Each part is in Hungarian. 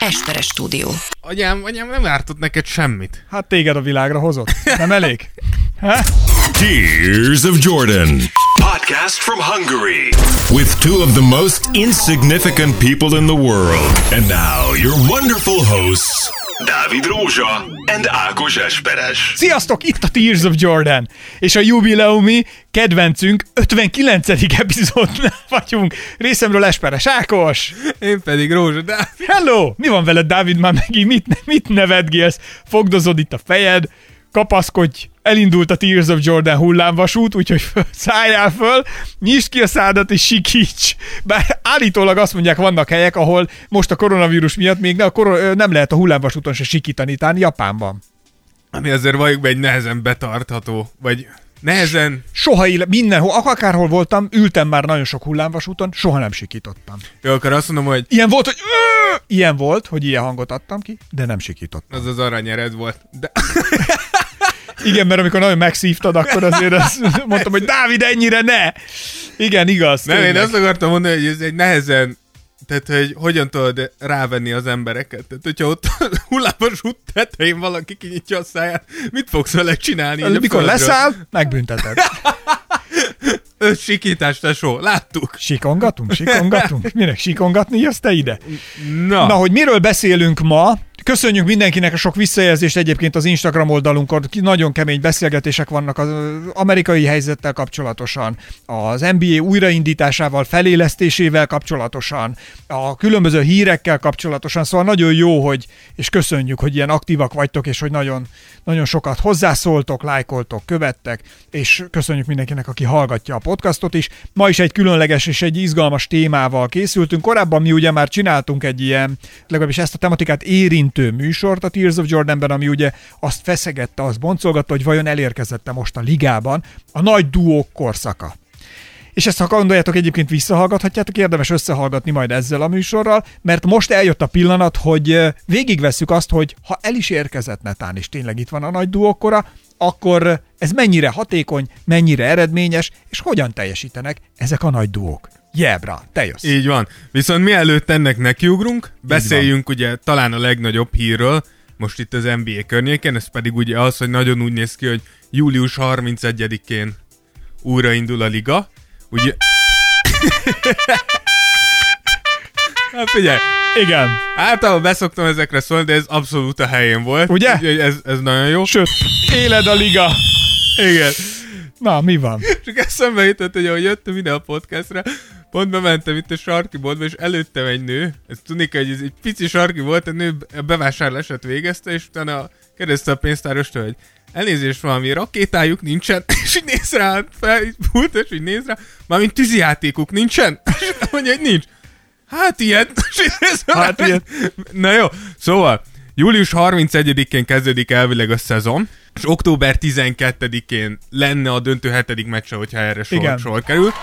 Esperes stúdió. Anyám nem ártott neked semmit. Hát téged a világra hozott. Nem elég? Ha? Tears of Jordan. Podcast from Hungary. With two of the most insignificant people in the world. And now your wonderful hosts, Dávid Rózsa and Ákos Esperes. Sziasztok, itt a Tears of Jordan. És a jubileumi kedvencünk 59. epizódnál vagyunk. Részemről Esperes Ákos. Én pedig Rózsa Dávid. Hello! Mi van veled, Dávid? Már megint mit nevetgélsz? Fogdozod itt a fejed, kapaszkodj, elindult a Tears of Jordan hullámvasút, úgyhogy szálljál föl, nyisd ki a szádat és sikíts. Bár állítólag azt mondják, vannak helyek, ahol most a koronavírus miatt még nem lehet a hullámvasúton se sikítani, talán Japánban. Ami azért valljuk be egy nehezen betartható, vagy nehezen... Soha mindenhol, akárhol voltam, ültem már nagyon sok hullámvasúton, soha nem sikítottam. Jó, akkor azt mondom, hogy... Ilyen volt, hogy ilyen hangot adtam ki, de nem sikítottam. Az aranyered volt. De... Igen, mert amikor nagyon megszívtad, akkor azért azt mondtam, hogy Dávid, ennyire ne! Igen, igaz. Nem, én azt akartam mondani, hogy ez egy nehezen, tehát hogy hogyan tudod rávenni az embereket. Tehát hogyha ott hullámvasút tetején valaki kinyitja a száját, mit fogsz vele csinálni? Mikor leszáll, megbünteted. 5 sikítás, tesó, láttuk. Sikongatunk? Minek sikongatni jössz te ide? Na, hogy miről beszélünk ma? Köszönjük mindenkinek a sok visszajelzést egyébként az Instagram oldalunkon. Nagyon kemény beszélgetések vannak az amerikai helyzettel kapcsolatosan, az NBA újraindításával, felélesztésével kapcsolatosan, a különböző hírekkel kapcsolatosan. Szóval nagyon jó, és köszönjük, hogy ilyen aktívak vagytok, és hogy nagyon, nagyon sokat hozzászóltok, lájkoltok, követtek, és köszönjük mindenkinek, aki hallgatja a podcastot is. Ma is egy különleges és egy izgalmas témával készültünk. Korábban mi ugye már csináltunk egy ilyen, legalábbis ezt a tematikát érintő műsort a Tears of Jordanben, ami ugye azt feszegette, azt boncolgatta, hogy vajon elérkezett-e most a ligában a nagy duók korszaka. És ezt, ha gondoljátok, egyébként visszahallgathatjátok, érdemes összehallgatni majd ezzel a műsorral, mert most eljött a pillanat, hogy végigvesszük azt, hogy ha el is érkezett netán, és tényleg itt van a nagy duók kora, akkor ez mennyire hatékony, mennyire eredményes, és hogyan teljesítenek ezek a nagy duók. Jebra, te jössz. Így van. Viszont mielőtt ennek nekiugrunk, beszéljünk ugye talán a legnagyobb hírről, most itt az NBA környéken, ez pedig ugye az, hogy nagyon úgy néz ki, hogy július 31-én újraindul a liga. Ugye... Hát figyelj, igen. Általában beszoktam ezekre szólni, de ez abszolút a helyén volt. Ugye? Ez nagyon jó. Sőt, éled a liga. Igen. Na, mi van? Csak eszembe jutott, hogy ahogy jöttem ide a podcastra, pont bementem itt a sarki boltba, és előttem egy nő, ez tudni kell, hogy ez egy pici sarki volt, a nő a bevásárlását végezte, és utána kérdezte a pénztárostól, hogy elnézést, valami rakétájuk nincsen, és így néz rá, felhult, és így néz rá, mármint tűzijátékuk nincsen, és mondja, hogy nincs. Hát ilyen. Na jó, szóval július 31-én kezdődik elvileg a szezon, és október 12-én lenne a döntő 7. meccse, hogyha erre sor kerül.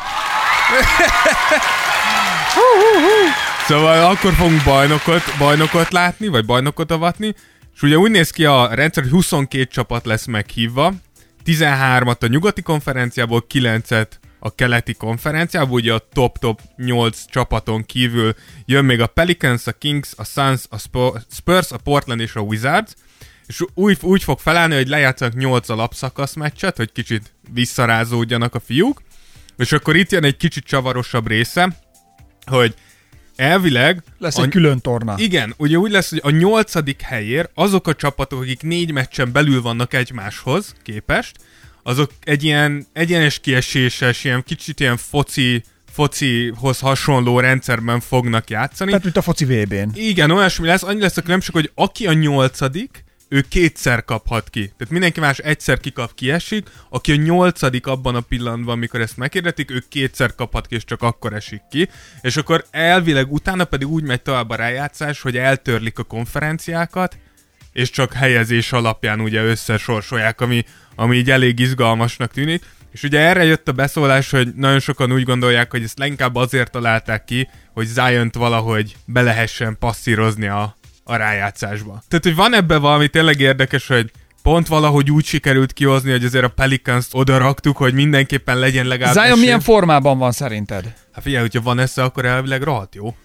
Szóval akkor fogunk bajnokot látni, vagy bajnokot avatni, és ugye úgy néz ki a rendszer, hogy 22 csapat lesz meghívva, 13-at a nyugati konferenciából, 9-et a keleti konferenciából, ugye a top 8 csapaton kívül jön még a Pelicans, a Kings, a Suns, a Spurs, a Portland és a Wizards, és úgy fog felállni, hogy lejátszanak 8 alapszakasz meccset, hogy kicsit visszarázódjanak a fiúk, és akkor itt jön egy kicsit csavarosabb része, hogy elvileg... Lesz egy külön torna. Igen, ugye úgy lesz, hogy a 8. helyér azok a csapatok, akik 4 meccsen belül vannak egymáshoz képest, azok egy ilyen egyenes kieséses, ilyen kicsit ilyen focihoz hasonló rendszerben fognak játszani. Tehát, mint a foci VB-n. Igen, olyasmi lesz, annyi lesz a különbség, hogy aki a 8., ő 2-szer kaphat ki. Tehát mindenki más egyszer kikap, kiesik, aki a 8. abban a pillanatban, amikor ezt megkérdetik, ő 2-szer kaphat ki, és csak akkor esik ki. És akkor elvileg utána pedig úgy megy tovább a rájátszás, hogy eltörlik a konferenciákat, és csak helyezés alapján ugye összesorsolják, ami így elég izgalmasnak tűnik. És ugye erre jött a beszólás, hogy nagyon sokan úgy gondolják, hogy ezt leginkább azért találták ki, hogy Ziont valahogy be lehessen passzírozni a rájátszásba. Tehát, hogy van ebben valami tényleg érdekes, hogy pont valahogy úgy sikerült kihozni, hogy azért a Pelicans-t oda raktuk, hogy mindenképpen legyen legalább Zion milyen formában van szerinted? Hát figyelj, hogyha van esze, akkor elvileg rohadt jó.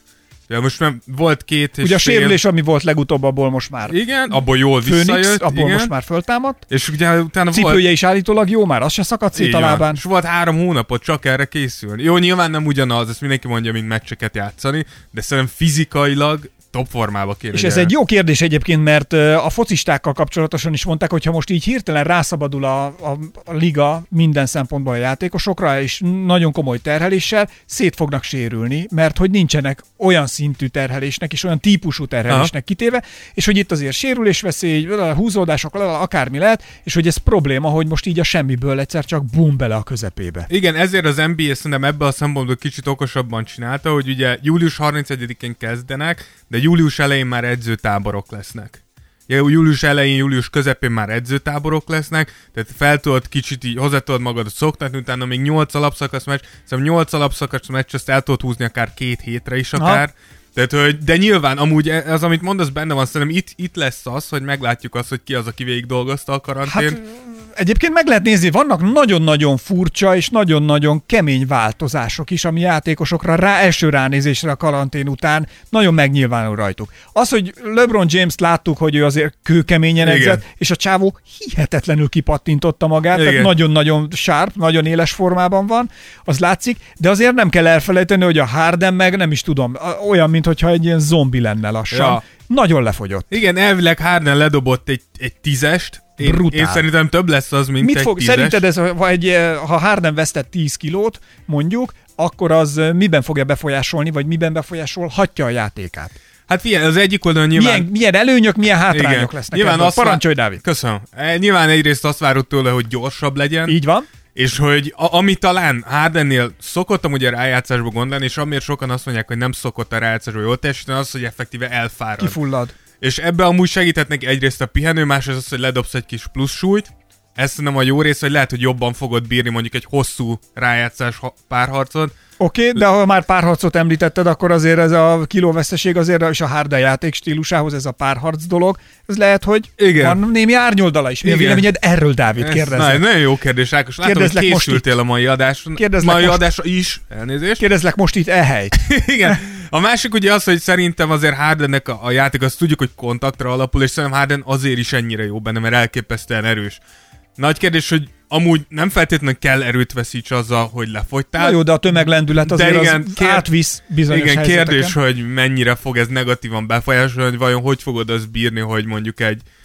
Ja, most már volt 2,5. Ugye a sérülés, ami volt legutóbb, abból most már igen, abból jól Phoenix, visszajött. abból igen. most már föltámadt. És ugye utána Cipője volt... is állítólag jó már, az se szakadt szét a lábán. És volt 3 hónapot csak erre készülni. Jó, nyilván nem ugyanaz, ezt mindenki mondja, mint meccseket játszani, de szerintem fizikailag top formába kéne. És ez egy jó kérdés egyébként, mert a focistákkal kapcsolatosan is mondták, hogy ha most így hirtelen rászabadul a liga minden szempontból a játékosokra, és nagyon komoly terheléssel, szét fognak sérülni, mert hogy nincsenek olyan szintű terhelésnek és olyan típusú terhelésnek kitéve, és hogy itt azért sérülésveszély, húzódások, akármi lehet, és hogy ez probléma, hogy most így a semmiből egyszer csak bum bele a közepébe. Igen, ezért az NBA szerintem ebben a szempontból kicsit okosabban csinálta, hogy ugye július 31-én kezdenek, de július elején már edzőtáborok lesznek. Július elején, július közepén már edzőtáborok lesznek, tehát fel tudod kicsit így hozzá tudod magadat szoktatni, utána még 8 alapszakasz meccs, szerintem 8 alapszakasz meccs, azt el tudod húzni akár 2 hétre is akár. Tehát, hogy, de nyilván amúgy az, amit mondasz, benne van, szerintem itt lesz az, hogy meglátjuk azt, hogy ki az, aki végig dolgozta a karantén. Hát, egyébként meg lehet nézni, vannak nagyon-nagyon furcsa és nagyon-nagyon kemény változások is, ami játékosokra első ránézésre a karantén után nagyon megnyilvánul rajtuk. Az, hogy LeBron James-t láttuk, hogy ő azért kőkeményen edzett, és a csávó hihetetlenül kipattintotta magát, igen. Tehát nagyon-nagyon sharp, nagyon éles formában van, az látszik, de azért nem kell elfelejteni, hogy a Harden meg nem is tudom, olyan, mintha egy ilyen zombi lenne lassan. Ja. Nagyon lefogyott. Igen, elvileg Harden ledobott egy 10-est. Én szerintem több lesz az, mint mit egy 10-es. Szerinted ez, ha Harden vesztett 10 kilót, mondjuk, akkor az miben fogja befolyásolni, vagy miben befolyásolhatja a játékát? Hát figyelj, az egyik oldalon nyilván... Milyen előnyök, milyen hátrányok lesznek ebből? Parancsolj, Dávid! Köszönöm. Nyilván egyrészt azt várod tőle, hogy gyorsabb legyen. Így van. És hogy ami talán Hardennél szokottam ugye rájátszásba gondolni, és amiért sokan azt mondják, hogy nem szokott a rájátszásba jól teljesíteni, az, hogy effektíve elfárad. Kifullad. És ebbe amúgy segített neki egyrészt a pihenő, másrészt az, hogy ledobsz egy kis plusz súlyt. Ez nem a jó rész, hogy lehet, hogy jobban fogod bírni mondjuk egy hosszú rájátszás párharcot. Oké, de ha már párharcot említetted, akkor azért ez a kilóveszteség azért, és a Harden játék stílusához ez a párharc dolog, ez lehet, hogy igen. Van némi árnyoldala is. Mi a véleményed erről, Dávid? Kérdezlek. Nagyon jó kérdés, Ákos. Látom, hogy készültél a mai adáson. Mai adásra is. Elnézést. Kérdezlek most itt ehelyt. Igen. A másik ugye az, hogy szerintem azért Hardennek a játék, azt tudjuk, hogy kontaktra alapul, és szerintem Harden azért is ennyire jó benne, mert elképesztően erős. Nagy kérdés, hogy amúgy nem feltétlenül kell erőt veszíts azzal, hogy lefogytál. Na jó, de a tömeglendület azért igen, az átvisz bizonyos igen, helyzeteken. kérdés, hogy mennyire fog ez negatívan befolyásolni, hogy vajon hogy fogod azt bírni, hogy mondjuk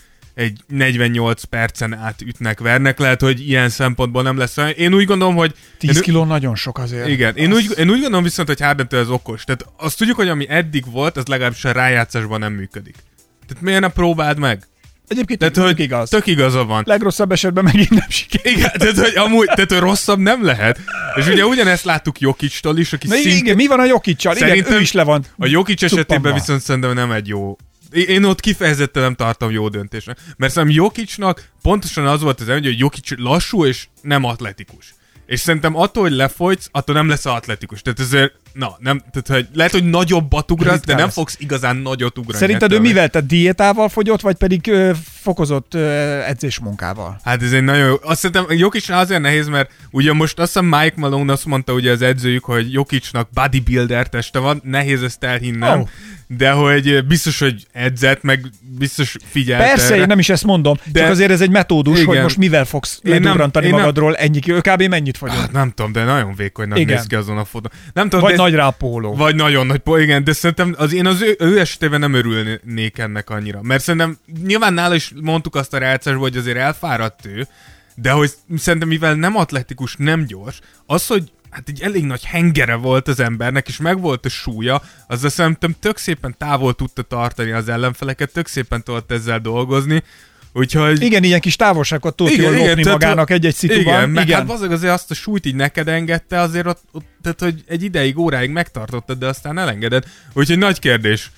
egy 48 percen át ütnek, vernek. Lehet, hogy ilyen szempontból nem lesz olyan. Én úgy gondolom, hogy... 10 kiló nagyon sok azért. Igen. Én úgy gondolom viszont, hogy Hardentől ez okos. Tehát azt tudjuk, hogy ami eddig volt, az legalábbis a rájátszásban nem működik. Tehát miért ne próbáld meg? Egyébként tehát, igaz. Tök igaza van. Legrosszabb esetben megint nem sikerül. Igen, tehát, hogy rosszabb nem lehet. És ugye ugyanezt láttuk Jokictól is, aki szintén... Igen, mi van a Jokicsal? Igen, ő is le van. A Jokic esetében viszont szerintem nem egy jó... Én ott kifejezetten nem tartom jó döntésnek. Mert szerintem Jokicnak pontosan az volt az hogy Jokic lassú és nem atletikus. És szerintem attól, hogy lefolytsz, attól nem lesz atletikus. Tehát ezért, tehát, hogy lehet, hogy nagyobbat ugrasz, de nem fogsz igazán nagyot ugrani. Szerinted ő mivel? Tehát diétával fogyott, vagy pedig fokozott edzésmunkával? Hát ez egy nagyon jó. Azt szerintem Jokicnál azért nehéz, mert ugye most azt hiszem Mike Malone azt mondta ugye az edzőjük, hogy Jokicnak bodybuilder teste van, nehéz ezt elhinnem. Oh. De hogy biztos, hogy edzett, meg biztos figyelt. Persze, erre. Én nem is ezt mondom, de csak azért ez egy metódus, igen. Hogy most mivel fogsz ledugrantani magadról ennyi, kb. Mennyit fogyott? Hát nem tudom, de nagyon vékonynak néz ki azon a fotón. Nem tudom, vagy nagy rá a póló. Vagy nagyon nagy póló, igen, de szerintem én az ő esetében nem örülnék ennek annyira. Mert szerintem nyilván nála is mondtuk azt a rájátszásban, hogy azért elfáradt ő, de hogy szerintem mivel nem atletikus, nem gyors, az, hogy hát egy elég nagy hengere volt az embernek, és megvolt a súlya, azzal szerintem tök szépen távol tudta tartani az ellenfeleket, tök szépen tudott ezzel dolgozni, úgyhogy... Igen, ilyen kis távolságot tudott jól lopni magának egy-egy szituban. Igen, hát azért azt a súlyt így neked engedte, azért ott, tehát, hogy egy ideig, óráig megtartottad, de aztán elengeded. Úgyhogy nagy kérdés.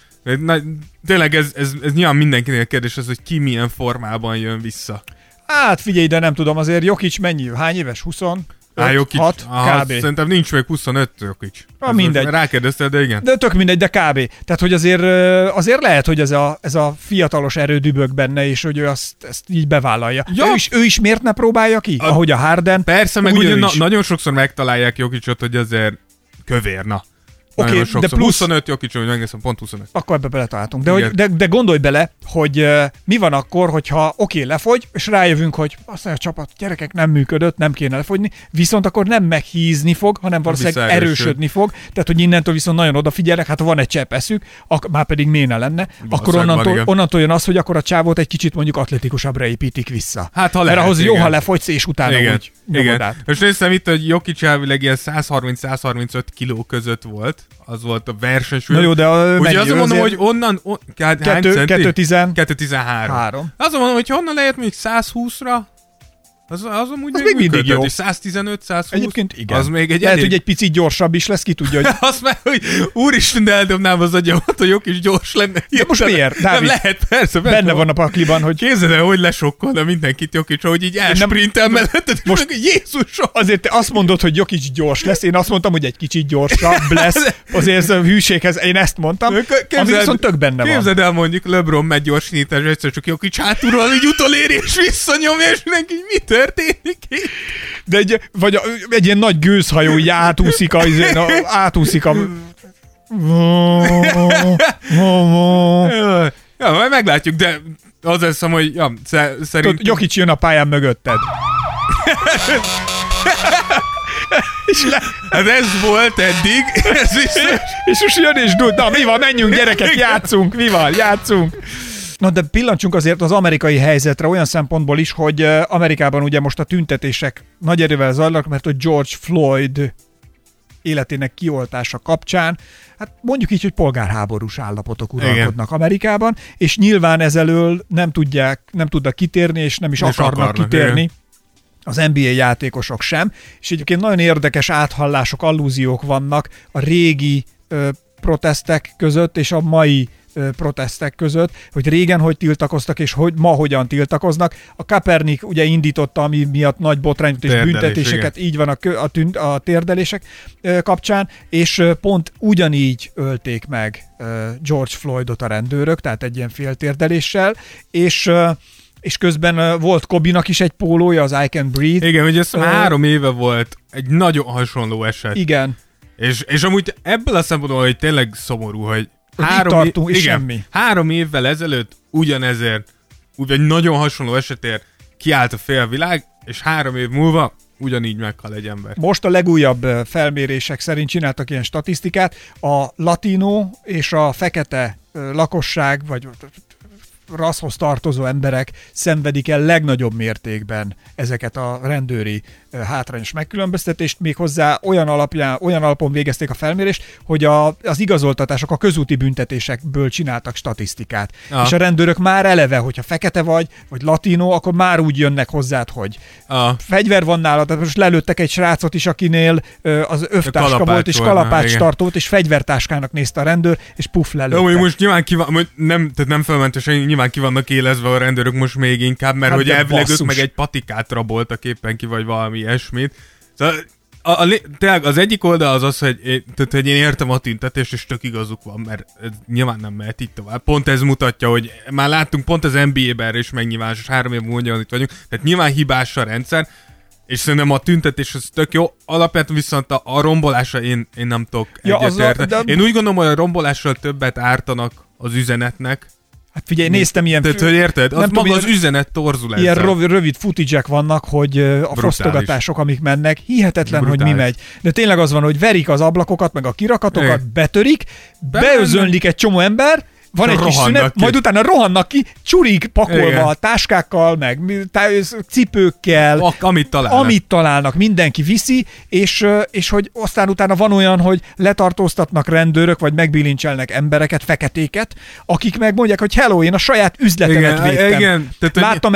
Tényleg ez nyilván mindenkinél kérdés az, hogy ki milyen formában jön vissza. Hát figyelj, de nem tudom, azért Jokic mennyi? Hány éves? 20? 6 kb. Szerintem nincs még 25 Jokic. Mindegy. Rákérdeztél, de igen. De tök mindegy, de kb. Tehát, hogy azért lehet, hogy ez a fiatalos erő dübög benne, és hogy ő ezt így bevállalja. Ja. Ő is miért ne próbálja ki? Ahogy a Harden. Persze, meg ugye nagyon sokszor megtalálják Jokicot, hogy azért kövér, na. nagyon sokszor. de plusz... 25 Jokic, hogy megnézem, pont 25. Akkor ebbe beletaláltunk. De gondolj bele, hogy mi van akkor, hogyha lefogy, és rájövünk, hogy azt mondja a csapat, gyerekek, nem működött, nem kéne lefogyni, viszont akkor nem meghízni fog, hanem valószínűleg erősödni fog. Tehát, hogy innentől viszont nagyon odafigyelnek, hát ha van egy csepp eszük, már pedig méne lenne, akkor onnantól jön az, hogy akkor a csávót egy kicsit mondjuk atletikusabbra építik vissza. Hát, ha lehet, mert ahhoz jó, ha lefogysz, és utána úgy nyomod át. És néztem itt, hogy Jokic elvileg ilyen 130-135 kiló között volt. Az volt a versenysúly. Na jó, de ugye azon mondom, hogy onnan... 2-13. Azon mondom, hogy honnan lehet még 120-ra? Az amúgy még mindig jó. 115-120. Egyébként igen. Az még egy lehet, hogy egy picit gyorsabb is lesz, ki tudja, hogy... Azt már, hogy úristen, de eldobnám az agyamat, hogy Jokic gyors lenne. De most miért, Dávid? Nem lehet, persze. Benne van a pakliban, hogy... Képzeld el, hogy lesokkolna mindenkit Jokic, hogy így elsprintel melletted, most Jézusom! Azért te azt mondod, hogy Jokic gyors lesz, én azt mondtam, hogy egy kicsit gyorsabb lesz, azért a hűséghez én ezt mondtam, ami viszont tök benne van. Képzeld el, mondjuk LeBron megy gyorsítás, egyszer csak Jokic hátulról így utolér és visszanyomja, és mindenki mi történik itt? De egy ilyen nagy gőzhajó így átúszik a... Ja, majd meglátjuk, de az hiszem, hogy szerintem... Jokic jön a pályán mögötted. Hát ez volt eddig, ez és most jön és dud. Na, mi van, menjünk gyerekek, játszunk, mi van, játszunk. Na, de pillancsunk azért az amerikai helyzetre olyan szempontból is, hogy Amerikában ugye most a tüntetések nagy erővel zajlanak, mert hogy George Floyd életének kioltása kapcsán, hát mondjuk így, hogy polgárháborús állapotok uralkodnak Amerikában, és nyilván ezelől nem tudnak kitérni, és nem is akarnak kitérni. Igen. Az NBA játékosok sem, és egyébként nagyon érdekes áthallások, allúziók vannak a régi protesztek között és a mai protesztek között, hogy régen hogy tiltakoztak, és ma hogyan tiltakoznak. A Kaepernick ugye indította, ami miatt nagy botrányot és büntetéseket, így van a térdelések kapcsán, és pont ugyanígy ölték meg George Floydot a rendőrök, tehát egy ilyen féltérdeléssel, és közben volt Kobinak is egy pólója, az I Can Breathe. Igen, ugye ez 3 éve volt egy nagyon hasonló eset. Igen. És amúgy ebből a szempontból, hogy tényleg szomorú, hogy 3 évvel ezelőtt ugyanezért, úgy egy nagyon hasonló esetért kiállt a félvilág, és 3 év múlva ugyanígy meghal egy ember. Most a legújabb felmérések szerint csináltak ilyen statisztikát, a latino és a fekete lakosság, vagy rasszhoz tartozó emberek szenvedik el legnagyobb mértékben ezeket a rendőri hátrányos megkülönböztetést, méghozzá olyan alapon végezték a felmérést, hogy az igazoltatások a közúti büntetésekből csináltak statisztikát. És a rendőrök már eleve, hogyha fekete vagy latino, akkor már úgy jönnek hozzád, hogy fegyver van nálad, tehát most lelőttek egy srácot is, akinél az övtáska volt, és kalapács tartott, és fegyvertáskának nézte a rendőr, és puf, lelőttek. Most nyilván nem felmentősen, nyilván ki vannak élezve a rendőrök most még inkább, mert hogy elvileg ők meg egy patikát raboltak éppen ki, vagy valami ilyesmit. Szóval tényleg az egyik oldal az, hogy én értem a tüntetést, és tök igazuk van, mert ez nyilván nem mehet itt tovább. Pont ez mutatja, hogy már láttunk pont az NBA-ben erre is megnyilvánulás, és 3 év múlva itt vagyunk, tehát nyilván hibás a rendszer, és szerintem a tüntetés az tök jó, alapvetően viszont a rombolásra én nem tudok egyetérteni. Én úgy gondolom, hogy a rombolással többet ártanak az üzenetnek. Hát figyelj, néztem ilyen... Tehát, hogy érted? Az maga az üzenet torzul ezzel. Ilyen rövid footage-ek vannak, hogy a fosztogatások, amik mennek, hihetetlen, hogy mi megy. De tényleg az van, hogy verik az ablakokat, meg a kirakatokat, betörik, beözönlik egy csomó ember, van egy kis szünet, majd utána rohannak ki, csurig pakolva a táskákkal, meg cipőkkel, amit találnak, mindenki viszi, és hogy aztán utána van olyan, hogy letartóztatnak rendőrök, vagy megbilincselnek embereket, feketéket, akik meg mondják, hogy hello, én a saját üzletemet védtem. Láttam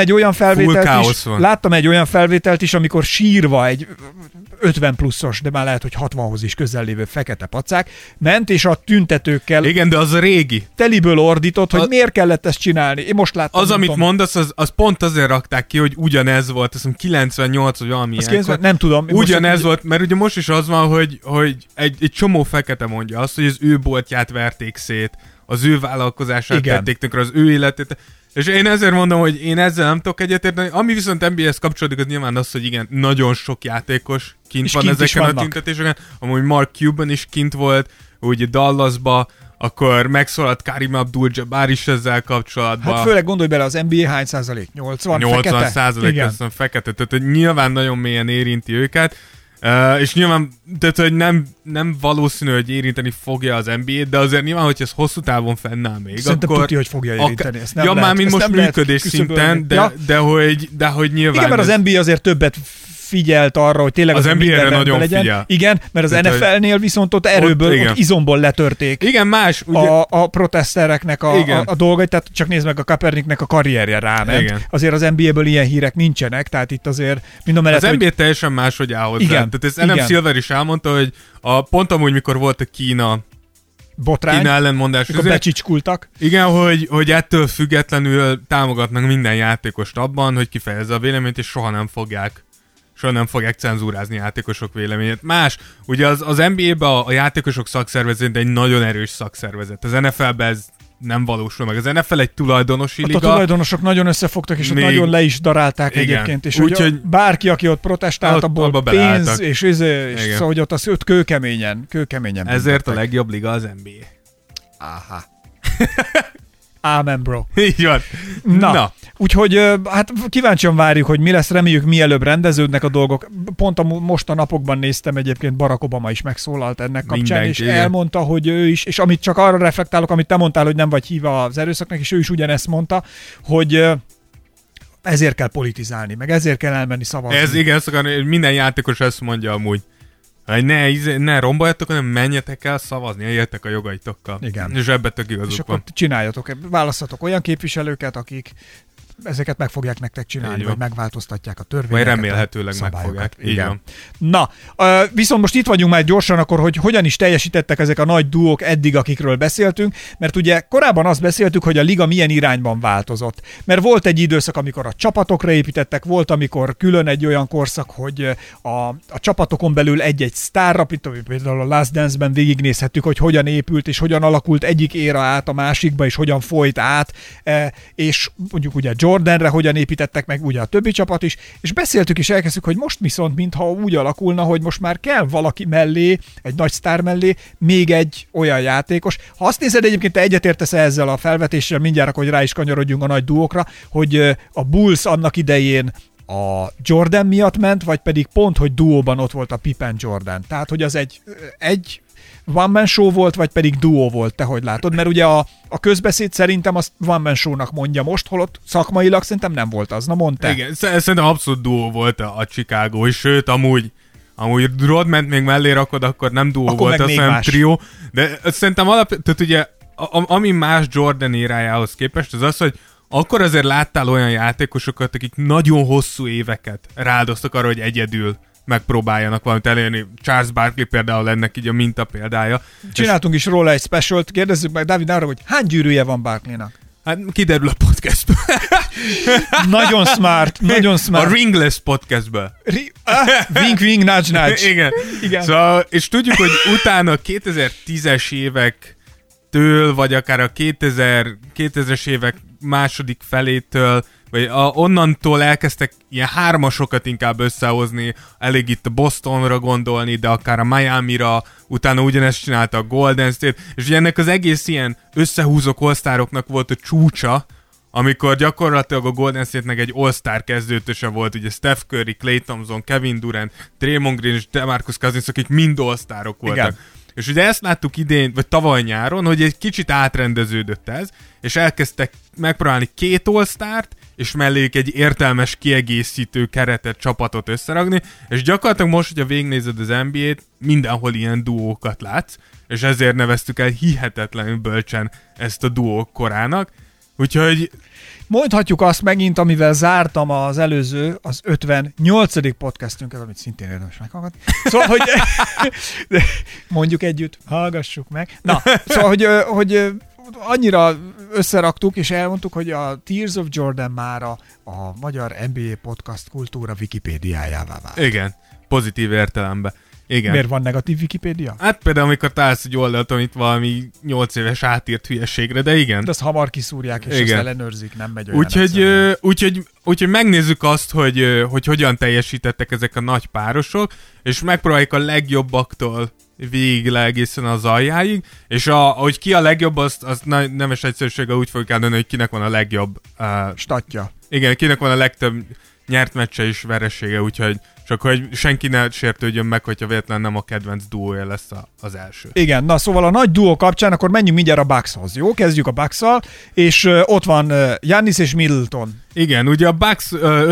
egy olyan felvételt is, amikor sírva egy 50 pluszos, de már lehet, hogy 60-hoz is közel lévő fekete pacák ment, és a tüntetőkkel... Igen, de az a régi. Teliből ordított, hogy miért kellett ezt csinálni. Én most láttam. Az, amit mondasz, az pont azért rakták ki, hogy ugyanez volt, azt hiszem 98 vagy valami ilyenkor. Nem tudom. Ugyanez volt, mert ugye most is az van, hogy egy csomó fekete mondja azt, hogy az ő boltját verték szét, az ő vállalkozását tették tönkre, az ő életét. És én ezért mondom, hogy én ezzel nem tudok egyetérteni. Ami viszont NBA-hez kapcsolódik, az nyilván az, hogy igen, nagyon sok játékos kint van ezeken a tüntetéseken. Amúgy Mark Cuban is kint volt. ugye Dallasba, akkor megszólalt Karim Abdul-Jabbar is ezzel kapcsolatban. Hát főleg gondolj bele, az NBA hány százalék? 80 százalék, aztán fekete. Tehát hogy nyilván nagyon mélyen érinti őket. És nyilván, tehát, hogy nem valószínű, hogy érinteni fogja az NBA-t, de azért nyilván, hogy ez hosszú távon fennáll még, szerintem akkor... tudja, hogy fogja érinteni. Ezt nem ja, lehet, már mint most működés szinten, de hogy nyilván... Igen, mert az NBA azért többet figyelt arra, hogy tényleg az NBA-re nagyon legyen. figyel. Igen, mert az NFL-nél viszont ott erőből, ott izomból letörték. Igen, más. Ugye... A protesztereknek a dolgai, tehát csak nézd meg a Kaepernicknek a karrierje ráment. Igen. Azért az NBA-ből ilyen hírek nincsenek, tehát itt azért az NBA teljesen máshogy áll hozzá. Igen. Tehát ezt Adam Silver is elmondta, hogy pont amúgy, mikor volt a Kína ellenmondás. Mikor becsicskultak. Igen, hogy ettől függetlenül támogatnak minden játékost abban, hogy kifejezze a véleményt, és soha nem fogják cenzúrázni játékosok véleményét. Más, ugye az NBA-ben a játékosok szakszervezet egy nagyon erős szakszervezet. Az NFL-ben ez nem valósul meg. Az NFL egy tulajdonosi liga. A tulajdonosok nagyon összefogtak, és ott nagyon le is darálták egyébként. És hogy bárki, aki ott protestált, abból pénz, és szóval, hogy ott kőkeményen ezért a legjobb liga az NBA. Aha. Ámen, bro. Így van. Na. Úgyhogy hát kíváncsian várjuk, hogy mi lesz, reméljük mielőbb rendeződnek a dolgok. Pont most a napokban néztem, egyébként Barack Obama is megszólalt ennek kapcsán, mindenki, és elmondta, hogy ő is, és amit csak arra reflektálok, amit te mondtál, hogy nem vagy híva az erőszaknak, és ő is ugyanezt mondta, hogy ezért kell politizálni, meg ezért kell elmenni szavazni. Ez igen, minden játékos ezt mondja amúgy. Ne romboljatok, hanem menjetek el szavazni, éljetek a jogaitokkal. Igen. És ebbe tök igazuk és van. akkor csináljatok, választatok olyan képviselőket, akik ezeket meg fogják nektek csinálni, vagy megváltoztatják a törvényeket. Vagy remélhetőleg meg fogják. Igen. Na, viszont most itt vagyunk már gyorsan akkor, hogy hogyan is teljesítettek ezek a nagy duók eddig, akikről beszéltünk, mert ugye korábban azt beszéltük, hogy a liga milyen irányban változott. Mert volt egy időszak, amikor a csapatokra építettek, volt, amikor külön egy olyan korszak, hogy a csapatokon belül egy-egy sztárra, például a Last Dance-ben végignézhettük, hogy hogyan épült, és hogyan alakult egyik éra át a másikba, és hogyan folyt át, és mondjuk ugye Jordanre hogyan építettek meg ugye a többi csapat is, és beszéltük és elkezdtük, hogy most viszont mintha úgy alakulna, hogy most már kell valaki mellé, egy nagy sztár mellé, még egy olyan játékos. Ha azt nézed, egyébként te egyetértesz ezzel a felvetéssel, mindjárt, hogy rá is kanyarodjunk a nagy duókra, hogy a Bulls annak idején a Jordan miatt ment, vagy pedig pont, hogy duóban ott volt a Pippen Jordan. Tehát, hogy az egy one-man show volt, vagy pedig duó volt, te hogy látod? Mert ugye a közbeszéd szerintem azt one-man show-nak mondja most, holott szakmailag szerintem nem volt az. Na mondd te. Igen, szerintem abszolút duó volt a Chicago, és sőt, amúgy Rodman még mellé rakod, akkor nem duó akkor volt, azt hiszem trió. De szerintem tehát ugye, ami más Jordan érájához képest, az, hogy akkor azért láttál olyan játékosokat, akik nagyon hosszú éveket ráldoztak arra, hogy egyedül megpróbáljanak valamit elérni. Charles Barkley például ennek így a minta példája. Csináltunk is róla egy specialt, kérdezzük meg Dávid arra, hogy hány gyűrűje van Barkleynak? Hát kiderül a podcastből. Nagyon smart. A Ringless podcastből. Wink, nudge, nudge. Igen. Szóval, és tudjuk, hogy utána 2010-es évektől, vagy akár a 2000-es évek második felétől, vagy onnantól elkezdtek ilyen hármasokat inkább összehozni, elég itt a Bostonra gondolni, de akár a Miamira, utána ugyanezt csinálta a Golden State, és ugye ennek az egész ilyen összehúzó all-staroknak volt a csúcsa, amikor gyakorlatilag a Golden State-nek egy all-star kezdőtöse volt, ugye Steph Curry, Klay Thompson, Kevin Durant, Draymond Green és DeMarcus Cousins, akik mind all-starok voltak. Igen. És ugye ezt láttuk idén, vagy tavaly nyáron, hogy egy kicsit átrendeződött ez, és elkezdtek megpróbálni két all-start, és melléjük egy értelmes kiegészítő keretet, csapatot összeragni, és gyakorlatilag most, hogyha végignézed az NBA-t, mindenhol ilyen duókat látsz, és ezért neveztük el hihetetlenül bölcsen ezt a duók korának. Úgyhogy... Mondhatjuk azt megint, amivel zártam az 58. podcastünket, amit szintén érdemes meghallgatni. Szóval, hogy mondjuk együtt, hallgassuk meg. Na, szóval, hogy annyira összeraktuk, és elmondtuk, hogy a Tears of Jordan már a magyar NBA podcast kultúra Wikipédiájává vált. Igen, pozitív értelemben. Igen. Miért van negatív Wikipédia? Hát például, amikor találsz egy oldalt, amit valami 8 éves átírt hülyeségre, de igen. De azt hamar kiszúrják, és igen. Azt ellenőrzik, nem megy olyan úgyhogy megnézzük azt, hogy hogyan teljesítettek ezek a nagy párosok, és megpróbáljuk a legjobbaktól végig le egészen az aljáig, és hogy ki a legjobb, azt nemes egyszerűséggel úgy fogjuk eldönteni, hogy kinek van a legjobb statja. Igen, kinek van a legtöbb nyert meccse és veresége, úgyhogy csak hogy senki ne sértődjön meg, hogyha véletlen nem a kedvenc duója lesz az első. Igen, na szóval a nagy duó kapcsán akkor menjünk mindjárt a Buckshoz, jó? Kezdjük a Buckszal, és ott van Giannis és Middleton. Igen, ugye a Bucks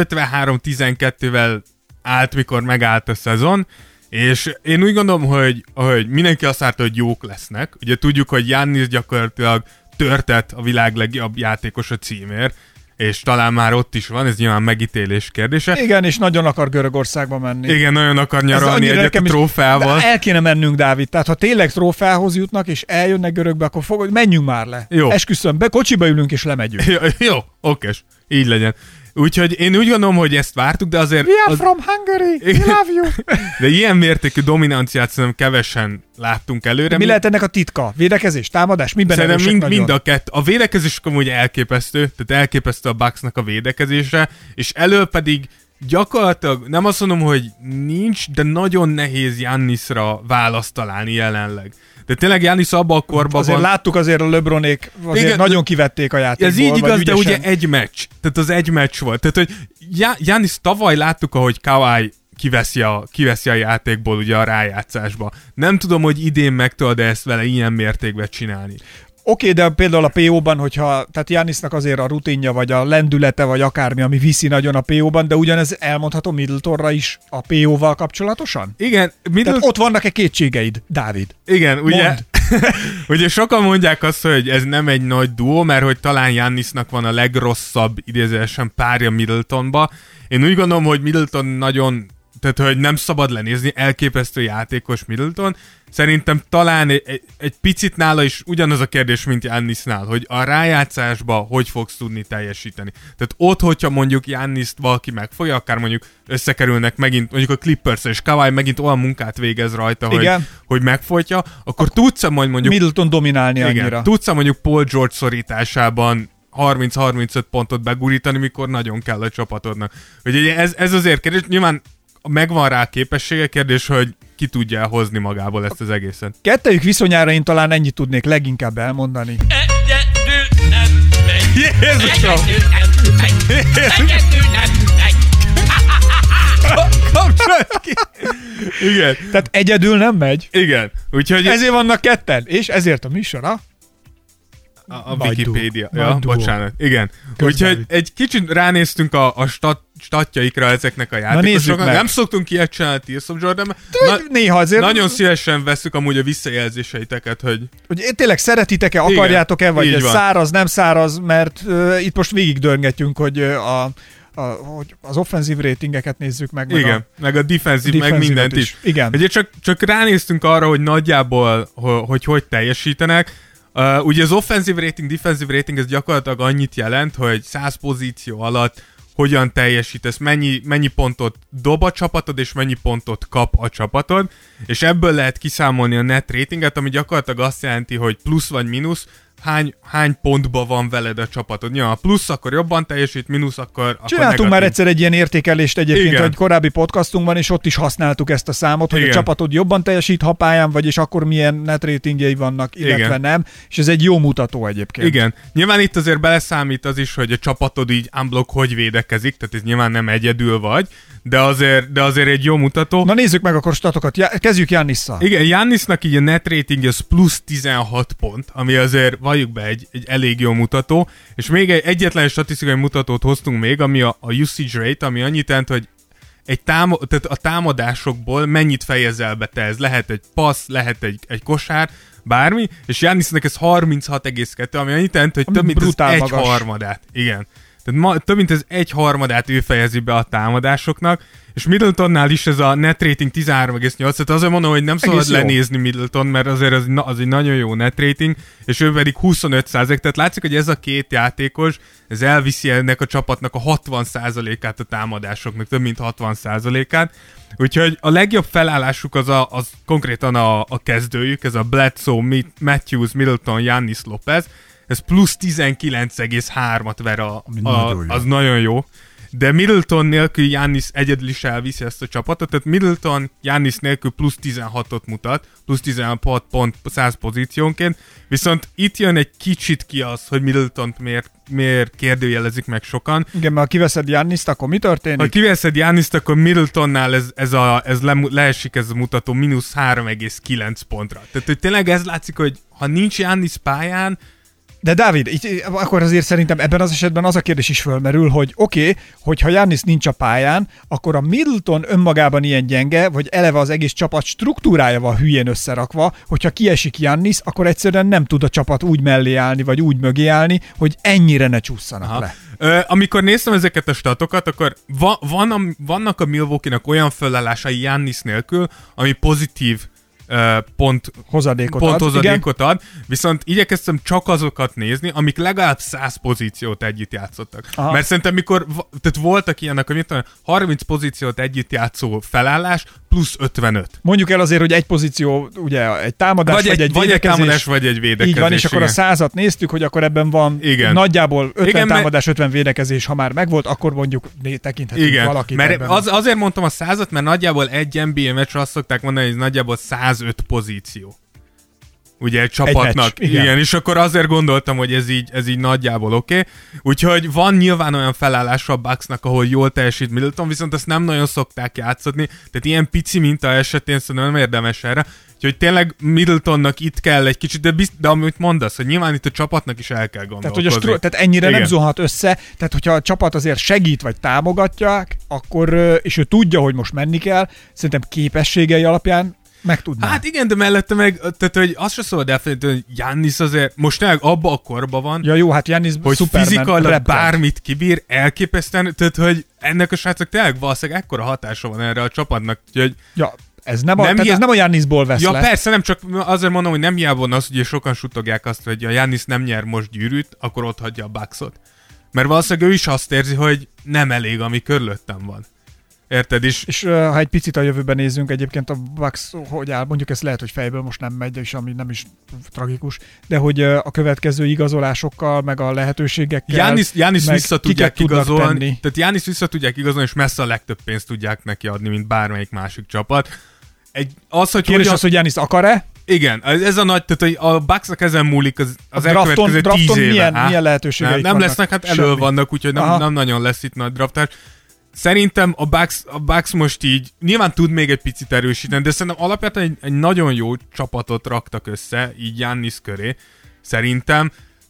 53-12-vel állt, mikor megállt a szezon, és én úgy gondolom, hogy mindenki azt várta, hogy jók lesznek. Ugye tudjuk, hogy Giannis gyakorlatilag törtett a világ legjobb játékos a címért, és talán már ott is van, ez nyilván megítélés kérdése. Igen, és nagyon akar Görögországba menni. Igen, nagyon akar nyaralni egyet a trófeával. El kéne mennünk, Dávid. Tehát ha tényleg trófeához jutnak, és eljönnek Görögbe, akkor menjünk már le. Jó. Esküszöm, kocsiba ülünk, és lemegyünk. Jó, okés. Így legyen. Úgyhogy én úgy gondolom, hogy ezt vártuk, de azért... We are from Hungary, we love you. De ilyen mértékű dominanciát szerintem kevesen láttunk előre. Mi lehet ennek a titka? Védekezés, támadás? Miben szerintem mind a kettő. A védekezés amúgy elképesztő, tehát elképesztő a Bucksnak a védekezése, és elő pedig gyakorlatilag nem azt mondom, hogy nincs, de nagyon nehéz Giannisra választ találni jelenleg. De tényleg Giannis abban a korban azért van... láttuk azért a LeBronék, azért igen, nagyon kivették a játékból. Ez így igaz, de ugye egy meccs. Tehát az egy meccs volt. Tehát, hogy Giannis tavaly láttuk, ahogy Kawhi kiveszi a játékból ugye a rájátszásba. Nem tudom, hogy idén meg tudod ezt vele ilyen mértékben csinálni. Oké, de például a PO-ban, hogyha, tehát Giannisnak azért a rutinja, vagy a lendülete, vagy akármi, ami viszi nagyon a PO-ban, de ugyanez elmondható Middletonra is a PO-val kapcsolatosan? Igen. Tehát ott vannak-e kétségeid, Dávid? Igen, ugye... Ugye sokan mondják azt, hogy ez nem egy nagy duó, mert hogy talán Giannisnak van a legrosszabb idézősen párja Middletonba. Én úgy gondolom, hogy Middleton nagyon... Tehát, hogy nem szabad lenézni, elképesztő játékos Middleton. Szerintem talán egy picit nála is ugyanaz a kérdés, mint Giannisnál, hogy a rájátszásba hogy fogsz tudni teljesíteni. Tehát ott, hogyha mondjuk Giannist valaki megfogja, akár mondjuk összekerülnek megint, mondjuk a Clippers és Kawhi megint olyan munkát végez rajta, hogy megfojtja, akkor tudsz-e majd mondjuk... Middleton dominálni annyira. Igen, tudsz-e mondjuk Paul George szorításában 30-35 pontot begurítani, mikor nagyon kell a csapatodnak. Ugye ez azért kérdés, nyilván megvan rá képessége, kérdés, hogy ki tudja hozni magából ezt az egészet. Kettejük viszonyára én talán ennyit tudnék leginkább elmondani. Jézusom! Kapcsolat ki! Igen. Tehát egyedül nem megy. Igen. Úgyhogy... Ezért vannak ketten, és ezért a műsora. A Wikipédia. Ja, bocsánat. Igen. Úgyhogy egy kicsit ránéztünk a statjaikra ezeknek a játékosoknak. Nem szoktunk ilyet csinálni Tears of Jordan, néha azért... Nagyon szívesen veszük amúgy a visszajelzéseiteket, hogy tényleg szeretitek-e, akarjátok-e, vagy ez száraz, nem száraz, mert itt most végig dörgetjünk, hogy hogy az offenzív ratingeket nézzük meg. Igen, meg a defensív, meg mindent is. Igen. Ugye csak ránéztünk arra, hogy nagyjából hogy teljesítenek. Ugye az offensive rating, defensive rating ez gyakorlatilag annyit jelent, hogy 100 pozíció alatt hogyan teljesítesz, mennyi pontot dob a csapatod, és mennyi pontot kap a csapatod, és ebből lehet kiszámolni a net ratinget, ami gyakorlatilag azt jelenti, hogy plusz vagy mínusz, hány pontba van veled a csapatod. Ja, plusz, akkor jobban teljesít, mínusz, akkor csináltunk negatív. Már egyszer egy ilyen értékelést egyébként egy korábbi podcastunkban, és ott is használtuk ezt a számot, hogy a csapatod jobban teljesít, ha pályán vagy, és akkor milyen net ratingjei vannak, illetve nem, és ez egy jó mutató egyébként. Igen. Nyilván itt azért beleszámít az is, hogy a csapatod így unblock hogy védekezik, tehát ez nyilván nem egyedül vagy, de azért egy jó mutató. Na nézzük meg akkor statokat. Kezdjük Giannissal. Igen, Giannisnak így a net rating az plusz 16 pont, ami azért valljuk be egy elég jó mutató, és még egyetlen statisztikai mutatót hoztunk még, ami a usage rate, ami annyit jelent, hogy tehát a támadásokból mennyit fejezel be te, ez lehet egy passz, lehet egy kosár, bármi, és Giannisnak ez 36,2, ami annyit jelent, hogy több mint az egyharmadát. Igen. Tehát több mint az egyharmadát ő fejezi be a támadásoknak, és Middletonnál is ez a net rating 13,8, tehát azért mondom, hogy nem szabad lenézni Middleton, mert azért az egy nagyon jó net rating, és ő pedig 25%, tehát látszik, hogy ez a két játékos, ez elviszi ennek a csapatnak a 60%-át a támadásoknak, több mint 60%-át, úgyhogy a legjobb felállásuk az konkrétan a kezdőjük, ez a Bledsoe, Matthews, Middleton, Giannis, Lopez, ez plusz 19,3-at ver az nagyon jó. de Middleton nélkül Giannis egyedül is elviszi ezt a csapatot, tehát Middleton Giannis nélkül plusz 16-ot mutat, plusz 16 pont 100 pozíciónként, viszont itt jön egy kicsit ki az, hogy Middletont miért kérdőjelezik meg sokan. Igen, mert ha kiveszed Giannist, akkor mi történik? Ha kiveszed Giannist, akkor Middletonnál leesik ez a mutató mínusz 3,9 pontra. Tehát hogy tényleg ez látszik, hogy ha nincs Giannis pályán, de Dávid, akkor azért szerintem ebben az esetben az a kérdés is fölmerül, hogy oké, hogyha Giannis nincs a pályán, akkor a Middleton önmagában ilyen gyenge, vagy eleve az egész csapat struktúrája van hülyén összerakva, hogyha kiesik Giannis, akkor egyszerűen nem tud a csapat úgy mellé állni, vagy úgy mögé állni, hogy ennyire ne csússzanak le. Amikor néztem ezeket a statokat, akkor vannak a Milwaukee-nak olyan fölállásai Giannis nélkül, ami pozitív hozadékot ad, viszont igyekeztem csak azokat nézni, amik legalább 100 pozíciót együtt játszottak. Aha. Mert szerintem tehát voltak ilyenek, hogy 30 pozíciót együtt játszó felállás, plusz 55. Mondjuk el azért, hogy egy pozíció, ugye egy támadás, vagy egy védekezés. Vagy egy támadás, vagy egy védekezés. Így van, és akkor a 100-at néztük, hogy akkor ebben van nagyjából 50 támadás, 50 védekezés, ha már megvolt, akkor mondjuk tekinthetünk valakit. Mert azért mondtam a 100-at, mert nagyjából egy NBA meccsre azt szokták mondani, hogy nagyjából 105 pozíció. Ugye egy csapatnak. Igen, és akkor azért gondoltam, hogy ez így nagyjából oké. Úgyhogy van nyilván olyan felállása a Bucksnak, ahol jól teljesít Middleton, viszont ezt nem nagyon szokták játszani, tehát ilyen pici minta esetén szerintem nem érdemes erre. Úgyhogy tényleg Middletonnak itt kell egy kicsit, de amit mondasz, hogy nyilván itt a csapatnak is el kell gondolkozni. Tehát ennyire nem zuhanhat össze, tehát hogyha a csapat azért segít vagy támogatják, akkor, és ő tudja, hogy most menni kell, szerintem képességei alapján meg tudná. Hát igen, de mellette meg, tehát hogy azt se szabad elfelejteni, hogy Giannis azért most tényleg abba a korban van, ja jó, hát Giannis hogy fizikailag bármit kibír, elképesztően, tehát hogy ennek a srácok tényleg valószínűleg ekkora hatása van erre a csapatnak, hogy ja, ez nem a Giannisból vesz le. Ja persze, nem csak azért mondom, hogy nem hiába van az, hogy sokan suttogják azt, hogy a Giannis nem nyer most gyűrűt, akkor ott hagyja a Bucksot. Mert valószínűleg ő is azt érzi, hogy nem elég, ami körülöttem van. Érted is? És ha egy picit a jövőben nézzünk, egyébként a Bucks, hogy áll, mondjuk ez lehet, hogy fejből most nem megy, és ami nem is tragikus, de hogy a következő igazolásokkal, meg a lehetőségekkel, Giannis vissza tudják igazolni. Tehát Giannis vissza tudják igazolni, és messze a legtöbb pénzt tudják neki adni, mint bármelyik másik csapat. Kérdés az, hogy Giannis akar-e? Igen, ez a nagy, tehát a Bucksnak ezen múlik az elkövetkező 10 éve. Milyen lehetőségeik nem lesznek, hát elől vannak, úgyhogy nem nagyon lesz itt nagy draftás. Szerintem a Bucks most így nyilván tud még egy picit erősíteni, de szerintem alapvetően egy nagyon jó csapatot raktak össze, így Giannis köré. Szerintem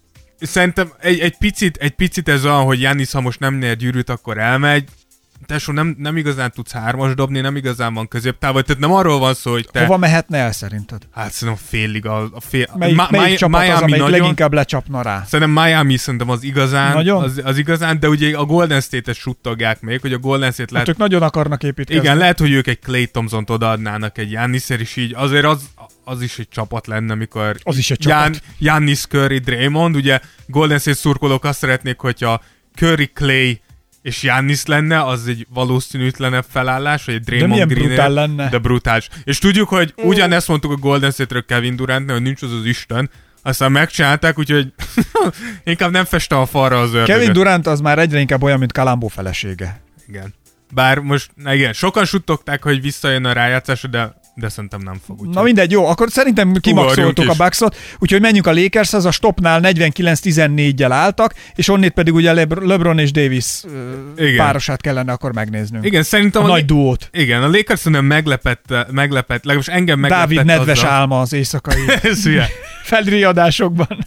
egy picit ez olyan, hogy Giannis, ha most nem nyer gyűrűt, akkor elmegy. Tesó, nem igazán tudsz 3-as dobni, nem igazán van középtávol, tehát nem arról van szó, hogy te... Hova mehetne el szerinted? Hát szerintem félig melyik csapat az, amelyik leginkább lecsapna rá? Szerintem Miami az igazán, az igazán, de ugye a Golden State-et suttogják még, hogy a Golden State lehet... ők nagyon akarnak építkezni. Igen, lehet, hogy ők egy Klay Thompsont odaadnának egy Giannisért, és így azért az is egy csapat lenne, amikor... Az is egy csapat. Giannis, Curry, Draymond, ugye Golden State szurkolók azt szeretnék, hogyha Curry, Klay és Giannis lenne, az egy valószínűtlenebb felállás, vagy egy Draymond Green brutál lenne. De brutális. És tudjuk, hogy ugyanezt mondtuk a Golden State-ről Kevin Durantnél, hogy nincs az Isten, aztán megcsinálták, úgyhogy inkább nem festem a falra az ördögöt. Kevin Durant az már egyre inkább olyan, mint Columbo felesége. Igen. Bár most, igen, sokan suttogták, hogy visszajön a rájátszásra, de szerintem nem fog. Úgyhogy... Na mindegy, jó, akkor szerintem kimaxoltuk a Bucksot, úgyhogy menjünk a Lakershez, a stopnál 49-14-jel álltak, és onnét pedig ugye LeBron és Davis párosát kellene akkor megnéznünk. Igen, szerintem a nagy duót. Igen, a Lakers szerintem meglepett, legalábbis engem meglepett. Dávid nedves álma az éjszakai felriadásokban.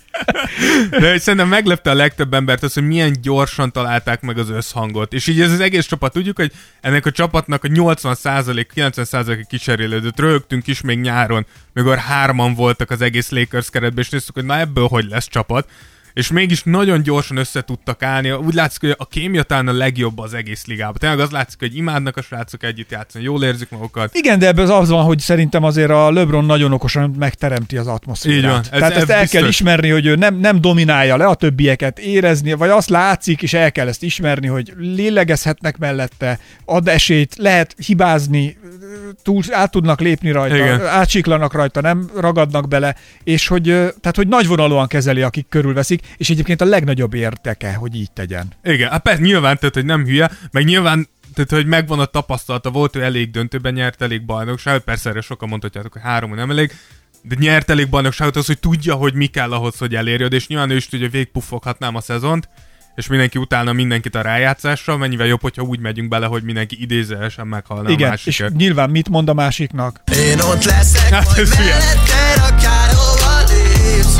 De szerintem meglepte a legtöbb embert az, hogy milyen gyorsan találták meg az összhangot. És így ez az egész csapat, tudjuk, hogy ennek a csapatnak a 80%-90%-a kicserélődött. Röhögtünk is még nyáron, mikor 3-an voltak az egész Lakers keretben, és néztük, hogy na ebből hogy lesz csapat. És mégis nagyon gyorsan össze tudtak állni. Úgy látszik, hogy a kémia talán a legjobb az egész ligában. Tényleg az látszik, hogy imádnak a srácok együtt játszani, jól érzik magukat. Igen, de ebből az van, hogy szerintem azért a LeBron nagyon okosan megteremti az atmoszférát. Így van. Tehát ezt el kell ismerni, hogy ő nem dominálja le a többieket, érezni, vagy azt látszik, és el kell ezt ismerni, hogy lélegezhetnek mellette, ad esélyt, lehet hibázni, át tudnak lépni rajta, igen, átsiklanak rajta, nem ragadnak bele, és hogy, tehát, hogy nagyvonalúan kezeli, akik körülveszik. és egyébként a legnagyobb érteke, hogy így tegyen. Igen, hát persze nyilván, tehát, hogy nem hülye, meg nyilván, tehát, hogy megvan a tapasztalata, volt, ő elég döntőben nyert, elég bajnokságot, persze erre sokan mondhatjátok, hogy 3 nem elég, de nyert elég bajnokságot az, hogy tudja, hogy mi kell ahhoz, hogy elérjed, és nyilván ő is tudja, hogy végpuffoghatnám a szezont, és mindenki utálna mindenkit a rájátszásra, mennyivel jobb, hogyha úgy megyünk bele, hogy mindenki idézőesen meghalna a másikat. És nyilván mit mond a másiknak? Én ott leszek, hát majd melletted, akárhova lépsz.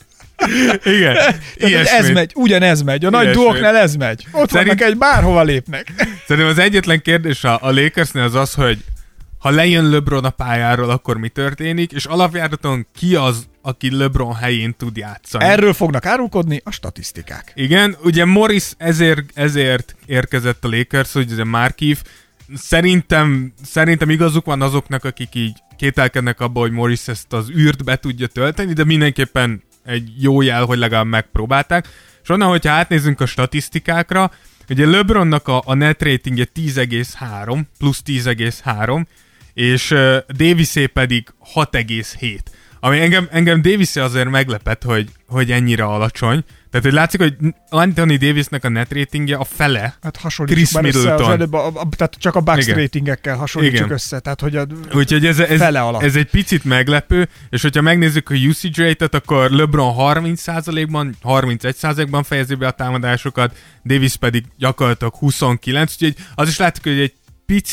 Igen, ez megy, ugyanez megy, a nagy duóknál ez megy. Ott vannak bárhova lépnek. Szerintem az egyetlen kérdés a Lakersnél az, hogy ha lejön LeBron a pályáról, akkor mi történik, és alapjáraton ki az, aki LeBron helyén tud játszani. Erről fognak árulkodni a statisztikák. Igen, ugye Morris ezért érkezett a Lakers, hogy ez a Markieff. Szerintem igazuk van azoknak, akik így kételkednek abba, hogy Morris ezt az űrt be tudja tölteni, de mindenképpen egy jó jel, hogy legalább megpróbálták. És onnan, hogyha átnézzünk a statisztikákra, ugye LeBronnak a net ratingje 10,3, plusz 10,3, és Davisé pedig 6,7. Ami engem Davisé azért meglepett, hogy ennyire alacsony. Tehát, hogy látszik, hogy Anthony Davisnek a net ratingje a fele. Hát hasonlítsuk Chris Middleton. Tehát csak a Bucks ratingekkel hasonlítsuk össze. Tehát, hogy úgyhogy fele alatt. Ez egy picit meglepő, és hogyha megnézzük a usage rate-et, akkor LeBron 30%-ban, 31%-ban fejezi be a támadásokat, Davis pedig gyakorlatilag 29, úgyhogy az is látszik, hogy egy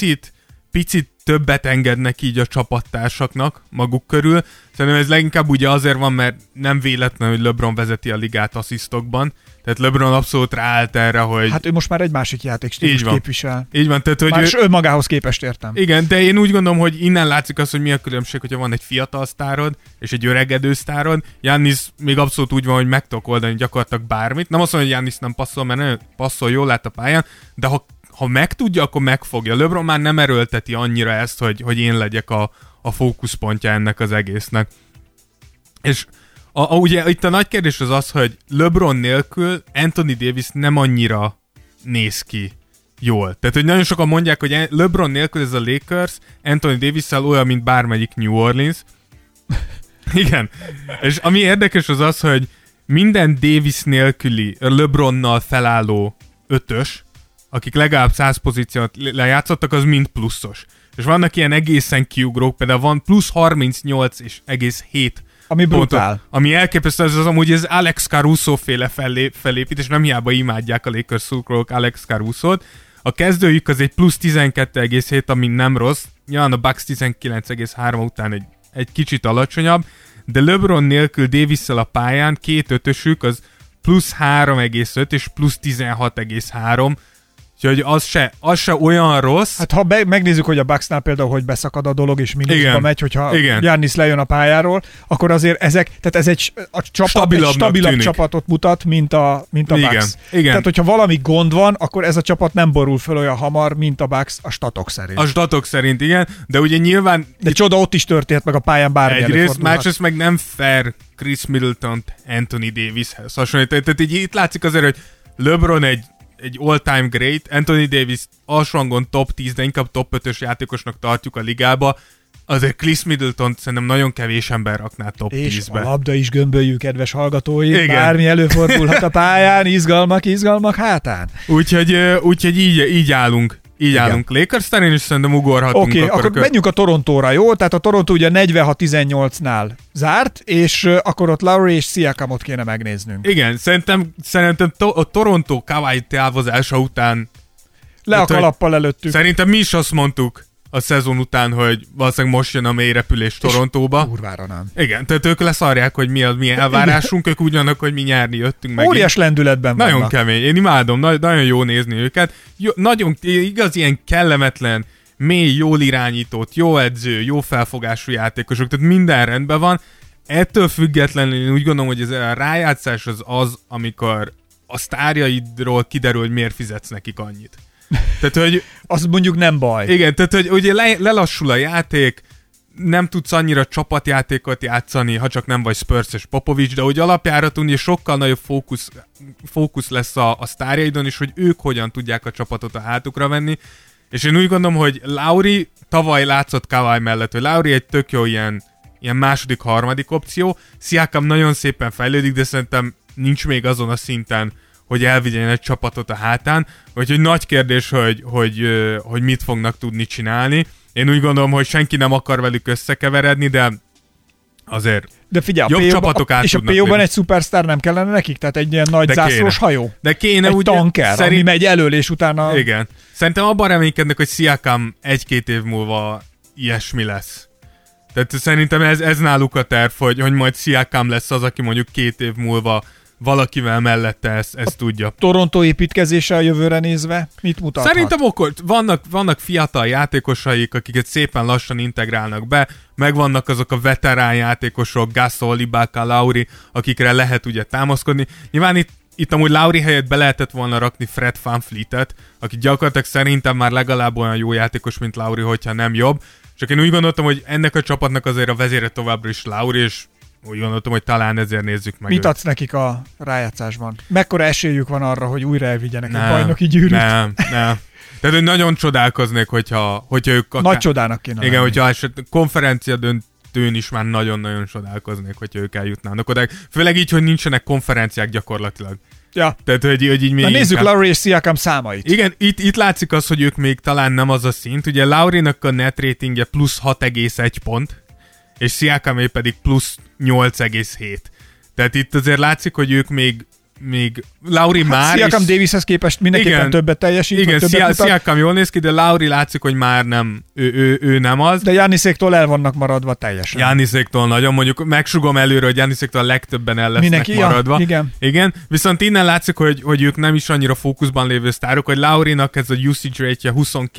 picit többet engednek így a csapattársaknak maguk körül. Szerintem ez leginkább ugye azért van, mert nem véletlen, hogy LeBron vezeti a ligát asszisztokban. Tehát LeBron abszolút ráállt erre, hogy... Hát ő most már egy másik játékstílus képvisel. Így van. Tehát, hogy már önmagához képest értem. Igen, de én úgy gondolom, hogy innen látszik az, hogy mi a különbség, hogyha van egy fiatal sztárod és egy öregedő sztárod. Giannis még abszolút úgy van, hogy meg tudok oldani gyakorlatilag bármit. Nem azt mondom, hogy Giannis nem passzol, mert nem passzol, jól lát a pályán, de ha megtudja, akkor megfogja. LeBron már nem erőlteti annyira ezt, hogy én legyek a fókuszpontja ennek az egésznek. És ugye itt a nagy kérdés az, hogy LeBron nélkül Anthony Davis nem annyira néz ki jól. Tehát, hogy nagyon sokan mondják, hogy LeBron nélkül ez a Lakers Anthony Davis-szel olyan, mint bármelyik New Orleans. Igen. És ami érdekes az, hogy minden Davis nélküli LeBronnal felálló ötös, akik legalább 100 pozíciót lejátszottak, az mind pluszos. És vannak ilyen egészen kiugrók, például van plusz 38,7 ami brutál. Pontot, ami elképesztő, az amúgy ez Alex Caruso féle felépítés, nem hiába imádják a Lakers szurkolók Alex Caruso-t. A kezdőjük az egy plusz 12,7, ami nem rossz. Nyilván a Bucks 19,3 után egy kicsit alacsonyabb, de LeBron nélkül Davis-szel a pályán két ötösük az plusz 3,5 és plusz 16,3, úgyhogy az se olyan rossz. Hát ha megnézzük, hogy a Bucksnál például, hogy beszakad a dolog, és mínuszba megy, hogyha Giannis lejön a pályáról, akkor azért ez egy stabilabb csapatot mutat, mint a Bucks. Igen. Tehát, hogyha valami gond van, akkor ez a csapat nem borul föl olyan hamar, mint a Bucks a statok szerint. A statok szerint, igen, de ugye nyilván... De csoda ott is történt meg a pályán bármi egyrészt, másrészt meg nem fair Chris Middleton-t Anthony Davishez hasonlítani. Tehát így itt látszik azért, hogy LeBron egy all-time great, Anthony Davis alsóhangon top 10, de inkább top 5-ös játékosnak tartjuk a ligába, azért Chris Middleton szerintem nagyon kevés ember rakná top 10-be. És a labda is gömböljük, kedves hallgatói, igen. Bármi előfordulhat a pályán, izgalmak hátán. Úgyhogy így állunk. Így állunk Lakers terén, és szerintem ugorhatunk. Oké, akkor menjünk a Torontóra, jó? Tehát a Toronto ugye 46-18-nál zárt, és akkor ott Lowry és Siakamot kéne megnéznünk. Igen, szerintem a Toronto Kawhi távozása után le a kalappal előttük. Szerintem mi is azt mondtuk a szezon után, hogy valószínűleg most jön a mélyrepülés Torontóba. Kurvára nem. Igen, tehát ők leszarják, hogy mi elvárásunk, ők úgy vannak, hogy mi nyerni jöttünk meg. Óriás lendületben vannak. Nagyon kemény, én imádom, nagyon jó nézni őket. Nagyon igaz, ilyen kellemetlen, mély, jól irányított, jó edző, jó felfogású játékosok, tehát minden rendben van. Ettől függetlenül én úgy gondolom, hogy ez a rájátszás az, amikor a sztárjaidról kiderül, hogy miért fizetsz nekik annyit. Tehát, hogy... Az mondjuk nem baj. Igen, tehát, hogy ugye lelassul a játék, nem tudsz annyira csapatjátékot játszani, ha csak nem vagy Spurs és Popovics, de hogy alapjáraton ugye sokkal nagyobb fókusz lesz a sztárjaidon is, hogy ők hogyan tudják a csapatot a hátukra venni. És én úgy gondolom, hogy Lowry tavaly látszott Kawhi mellett, hogy Lowry egy tök jó ilyen második, harmadik opció. Siakam nagyon szépen fejlődik, de szerintem nincs még azon a szinten, hogy elvigyen egy csapatot a hátán, úgyhogy nagy kérdés, hogy mit fognak tudni csinálni. Én úgy gondolom, hogy senki nem akar velük összekeveredni, de azért de figyelj, jobb csapatok át és a tudnak PO-ban lépni. egy szupersztár nem kellene nekik? Tehát egy ilyen nagy De zászlós kéne. hajó? De kéne, egy ugye, tanker, ami megy elől, és utána... Igen. Szerintem abban reménykednek, hogy Siakam 1-2 év múlva ilyesmi lesz. Tehát szerintem ez náluk a terv, hogy majd Siakam lesz az, aki mondjuk 2 év múlva valakivel mellette ezt tudja. Toronto építkezése a jövőre nézve mit mutathat? Szerintem vannak fiatal játékosaik, akiket szépen lassan integrálnak be, meg vannak azok a veterán játékosok, Gasol, Ibaka, Lauri, akikre lehet ugye támaszkodni. Nyilván itt amúgy Lauri helyett be lehetett volna rakni Fred VanVleet-et, aki gyakorlatilag szerintem már legalább olyan jó játékos, mint Lauri, hogyha nem jobb. Csak én úgy gondoltam, hogy ennek a csapatnak azért a vezére továbbra is Lauri, és úgy gondoltam, hogy talán ezért nézzük meg. Mit adsz nekik a rájátszásban? Mekkora esélyük van arra, hogy újra elvigyenek egy bajnoki gyűrűt? Nem. Tehát, hogy nagyon csodálkoznék, hogyha ők... Nagy csodának kéne igen, lenni. hogyha eset konferencia döntőn is már nagyon-nagyon csodálkoznék, hogyha ők eljutnának oda. Főleg így, hogy nincsenek konferenciák gyakorlatilag. Ja. Tehát, hogy így még Na nézzük inkább... Lauri és Siakam számait. Igen, itt látszik az, hogy ők még talán nem az a szint. Ugye Laurinak a net ratingje plusz 6,1 pont, és Siakamé pedig plusz 8,7. Tehát itt azért látszik, hogy ők még Lauri már... Siakam Davishez képest mindenképpen többet teljesít. Igen, többet mutat. Siakam jól néz ki, de Lauri látszik, hogy már nem, ő nem az. De Gianniséktól el vannak maradva teljesen. Gianniséktól nagyon, mondjuk megsugom előre, hogy Gianniséktól a legtöbben el lesznek Mindenki, maradva. Ja, igen. Viszont innen látszik, hogy ők nem is annyira fókuszban lévő sztárok, hogy Laurinak ez a usage rate-je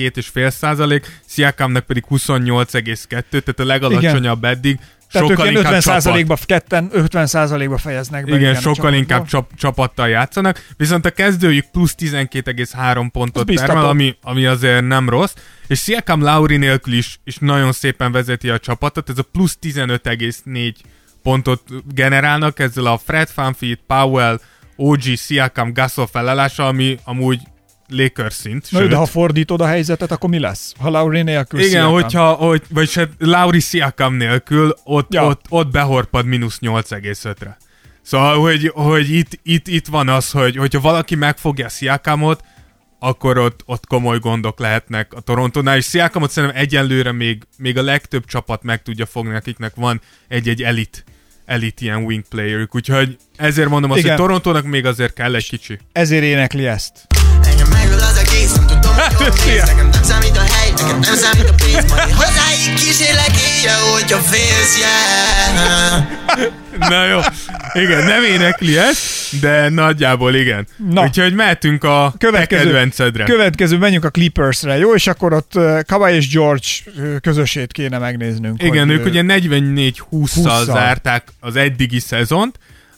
22,5%, Siakamnak pedig 28,2, tehát a legalacsonyabb eddig. Tehát sokkal ők inkább 50%-ba, ketten 50%-ba fejeznek be. Igen, sokkal inkább csapattal játszanak, viszont a kezdőjük plusz 12,3 pontot termel, ami azért nem rossz, és Siakam Lauri nélkül is nagyon szépen vezeti a csapatot, ez a plusz 15,4 pontot generálnak, ezzel a Fred VanVleet, Powell, OG, Siakam, Gasol felállása, ami amúgy Lakers szint. Na, de ha fordítod a helyzetet, akkor mi lesz? Ha Lauri nélkül igen, Siakam. vagyis hát Lauri Siakam nélkül ott behorpad mínusz 8,5-re. Szóval, hogy itt van az, hogyha valaki megfogja Siakamot, akkor ott komoly gondok lehetnek a Torontónál, és Siakamot szerintem egyenlőre még a legtöbb csapat meg tudja fogni, akiknek van egy elit ilyen wing playerük, úgyhogy ezért mondom azt, hogy Torontónak még azért kell egy kicsi. Ezért énekli ezt. Engem megöl az egész, nem tudom, hogy jól néz. Nekem nem számít a hely, nekem nem számít a pénz. Majd hazáig kísérlek éjjel, hogyha félsz, yeah. Na jó, igen, nem énekli ezt, de nagyjából igen. Na. Úgyhogy mehetünk a kedvencedre. Következő, menjünk a Clippersre, jó? És akkor ott Kawhi és George közösét kéne megnéznünk. Igen, hogy, ők ugye 44-20-szal zárták az eddigi szezont.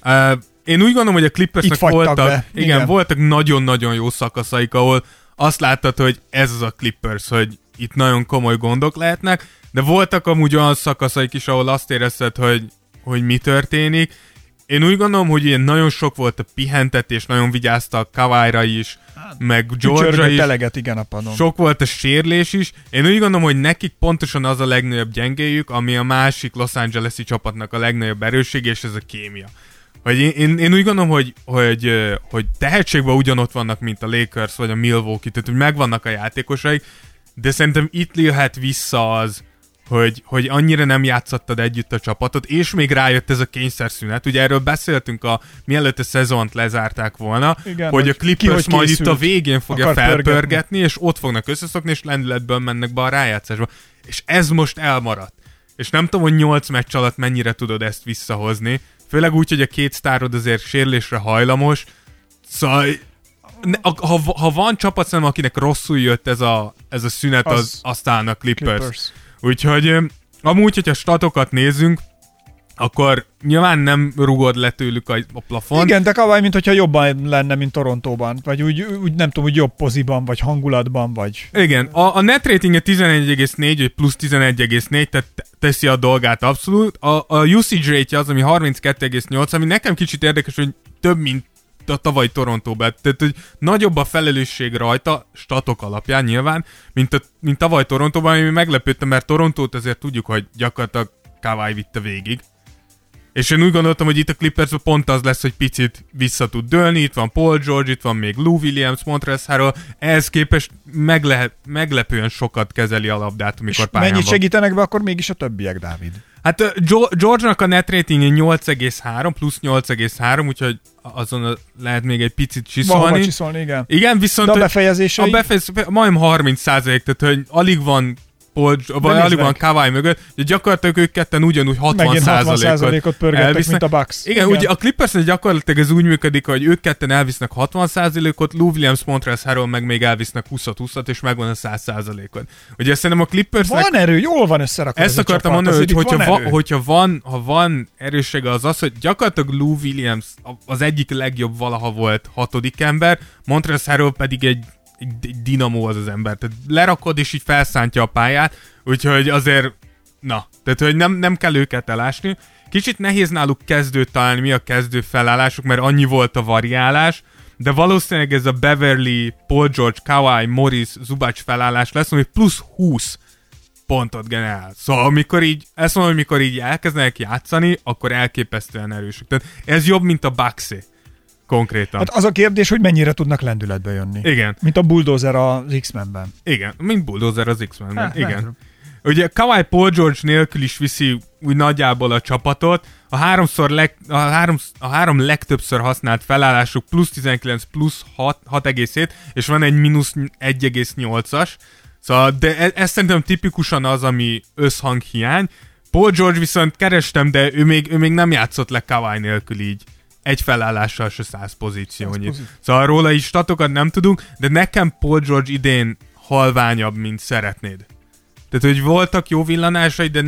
Én úgy gondolom, hogy a Clippersnek voltak nagyon-nagyon jó szakaszaik, ahol azt láttad, hogy ez az a Clippers, hogy itt nagyon komoly gondok lehetnek, de voltak amúgy olyan szakaszaik is, ahol azt érezted, hogy mi történik. Én úgy gondolom, hogy ilyen nagyon sok volt a pihentetés, nagyon vigyáztak Kawhi-ra is, meg George-ra is. Eleget, igen, a padon. Sok volt a sérülés is. Én úgy gondolom, hogy nekik pontosan az a legnagyobb gyengéjük, ami a másik Los Angeles-i csapatnak a legnagyobb erőssége, és ez a kémia. Hogy én úgy gondolom, hogy tehetségben ugyanott vannak, mint a Lakers vagy a Milwaukee, tehát hogy megvannak a játékosaik, de szerintem itt lőhet vissza az, hogy annyira nem játszottad együtt a csapatot, és még rájött ez a kényszerszünet. Ugye erről beszéltünk, mielőtt a szezont lezárták volna, igen, hogy a Clippers majd itt a végén fogja felpörgetni, és ott fognak összeszokni, és lendületből mennek be a rájátszásba. És ez most elmaradt. És nem tudom, hogy 8 meccs alatt mennyire tudod ezt visszahozni. Főleg úgy, hogy a két sztárod azért sérülésre hajlamos. Szóval, ha van csapat szerintem, akinek rosszul jött ez a szünet, az talán a Clippers. Úgyhogy amúgy, hogyha statokat nézzünk, akkor nyilván nem rugod le tőlük a plafon. Igen, de Kawhi, mint hogyha jobban lenne, mint Torontóban. Vagy úgy nem tudom, hogy jobb poziban, vagy hangulatban, vagy... Igen, a net ratingje 11,4, vagy plusz 11,4, tehát teszi a dolgát abszolút. A usage rate az, ami 32,8, ami nekem kicsit érdekes, hogy több, mint a tavaly Torontóban. Tehát, hogy nagyobb a felelősség rajta, statok alapján nyilván, mint tavaly Torontóban, ami meglepődtem, mert Torontót azért tudjuk, hogy gyakorlatilag Kawhi vitte végig. És én úgy gondoltam, hogy itt a Clippersben pont az lesz, hogy picit vissza tud dőlni, itt van Paul George, itt van még Lou Williams, Montrezl Harrell, ehhez képest meglepően sokat kezeli a labdát, amikor pályán van. Mennyit segítenek be akkor mégis a többiek, Dávid? Hát George-nak a net ratingje 8,3, plusz 8,3, úgyhogy azon lehet még egy picit csiszolni. Valahol csiszolni, igen. Igen, viszont de a befejezései? A befejezés majdnem 30%, tehát hogy alig van alig van Kawhi mögött, hogy gyakorlatilag ők ketten ugyanúgy 60%-ot pörgettek, mint a Bucks. Igen, ugye a Clippersnél gyakorlatilag ez úgy működik, hogy ők ketten elvisznek 60%-ot, Lou Williams, Montrezl Harrell meg még elvisznek 20-20-at, és megvan a 100%-ot. Ugye szerintem a Clippersnek... Van erő, jól van összerakva. Ezt akartam mondani, hogy ha van erőssége az, hogy gyakorlatilag Lou Williams az egyik legjobb valaha volt 6. ember, Montrezl Harrell pedig egy dinamó az ember. Tehát lerakod, és így felszántja a pályát, úgyhogy azért, tehát hogy nem kell őket elásni. Kicsit nehéz náluk kezdőt találni, mi a kezdő felállásuk, mert annyi volt a variálás, de valószínűleg ez a Beverly, Paul George, Kawhi, Morris, Zubac felállás lesz, ami plusz 20 pontot generál. Szóval amikor így elkezdenek játszani, akkor elképesztően erősek. Tehát ez jobb, mint a Bucksé. Konkrétan. Hát az a kérdés, hogy mennyire tudnak lendületbe jönni. Igen. Mint a Bulldozer az X-Menben. Igen, mint Bulldozer az X-Menben. Igen. Ugye Kawhi Paul George nélkül is viszi úgy nagyjából a csapatot. A három legtöbbször használt felállásuk plusz 19, plusz 6,7, és van egy mínusz 1,8-as. Szóval, de ez szerintem tipikusan az, ami összhanghiány. Paul George viszont kerestem, de ő még nem játszott le Kawhi nélkül így. Egy felállással se 100 pozíciónyi. Szóval róla is statokat nem tudunk, de nekem Paul George idén halványabb, mint szeretnéd. Tehát, hogy voltak jó villanásai, de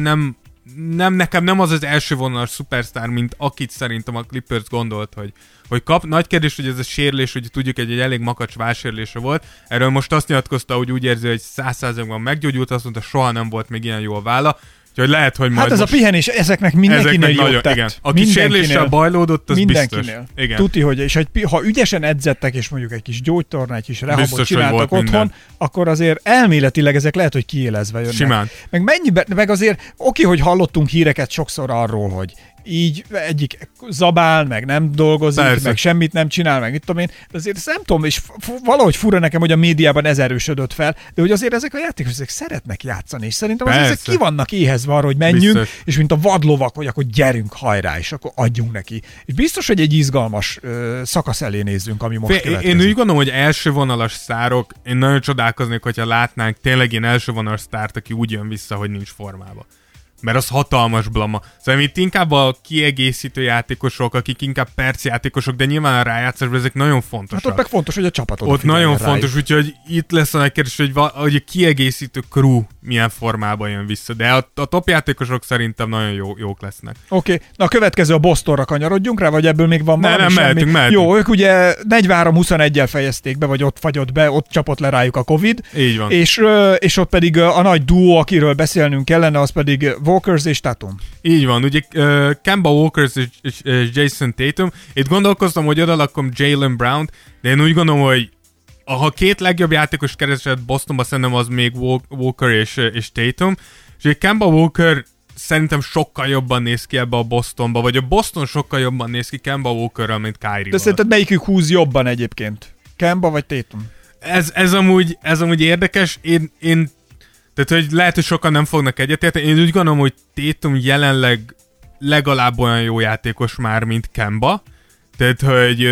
nekem nem az első vonalas szupersztár, mint akit szerintem a Clippers gondolt, hogy kap. Nagy kérdés, hogy ez a sérülés, hogy tudjuk, egy elég makacs válsérülése volt. Erről most azt nyilatkozta, hogy úgy érzi, hogy 100%-ban meggyógyult, azt mondta, soha nem volt még ilyen jó a válla. Úgyhogy lehet, hogy majd hát ez most... a pihenés ezeknek mindenkinél jót tett. Igen. Aki sérüléssel bajlódott, az biztos. Igen. Tuti, hogy és ha ügyesen edzettek, és mondjuk egy kis gyógytorna, egy kis rehabot csináltak otthon, minden. Akkor azért elméletileg ezek lehet, hogy kiélezve jönnek. Simán. Meg azért hogy hallottunk híreket sokszor arról, hogy így egyik zabál, meg nem dolgozik, persze. Meg semmit nem csinál, meg mit tudom én, de azért ezt nem tudom, és valahogy fura nekem, hogy a médiában ez erősödött fel, de hogy azért ezek a játékosok szeretnek játszani, és szerintem azért ezek ki vannak éhezve arra, hogy menjünk, biztos. És mint a vadlovak, hogy akkor gyerünk, hajrá, és akkor adjunk neki. És biztos, hogy egy izgalmas szakasz elé nézzünk, ami most következik. Én úgy gondolom, hogy első vonalas sztárok, én nagyon csodálkoznék, hogyha látnánk tényleg ilyen első vonalas sztárt, aki úgy jön vissza, hogy nincs formába. Mert az hatalmas blama. Szóval itt inkább a kiegészítő játékosok, akik inkább percjátékosok, de nyilván a rájátszásban ezek nagyon fontosak. Hát ott meg fontos, hogy a csapatot ott nagyon fontos, úgyhogy itt lesz a nagy kérdés, hogy a kiegészítő crew milyen formában jön vissza. De a top játékosok szerintem nagyon jók lesznek. Oké. Na a következő a Bostonra kanyarodjunk rá, vagy ebből még van valami? Nem, mehetünk. Jó, ők ugye 43-21-el fejezték be, vagy ott fagyott be, ott csapott le rájuk a Covid. Így van. És ott pedig a nagy duó, akiről beszélnünk kellene, az pedig Walkers és Tatum. Így van, ugye Kemba Walkers és Jason Tatum. Itt gondolkoztam, hogy odalakom Jaylen Brown, de én úgy gondolom, hogy ha két legjobb játékos keresett Bostonba, szerintem az még Walker és Tatum. És ugye Kemba Walker szerintem sokkal jobban néz ki ebbe a Bostonba, vagy a Boston sokkal jobban néz ki Kemba Walkerrel, mint Kyrie-val. De szerinted melyikük húz jobban egyébként? Kemba vagy Tatum? Ez amúgy érdekes. Én tehát, hogy lehet, hogy sokan nem fognak egyetérteni. Én úgy gondolom, hogy Tatum jelenleg legalább olyan jó játékos már, mint Kemba. Tehát, hogy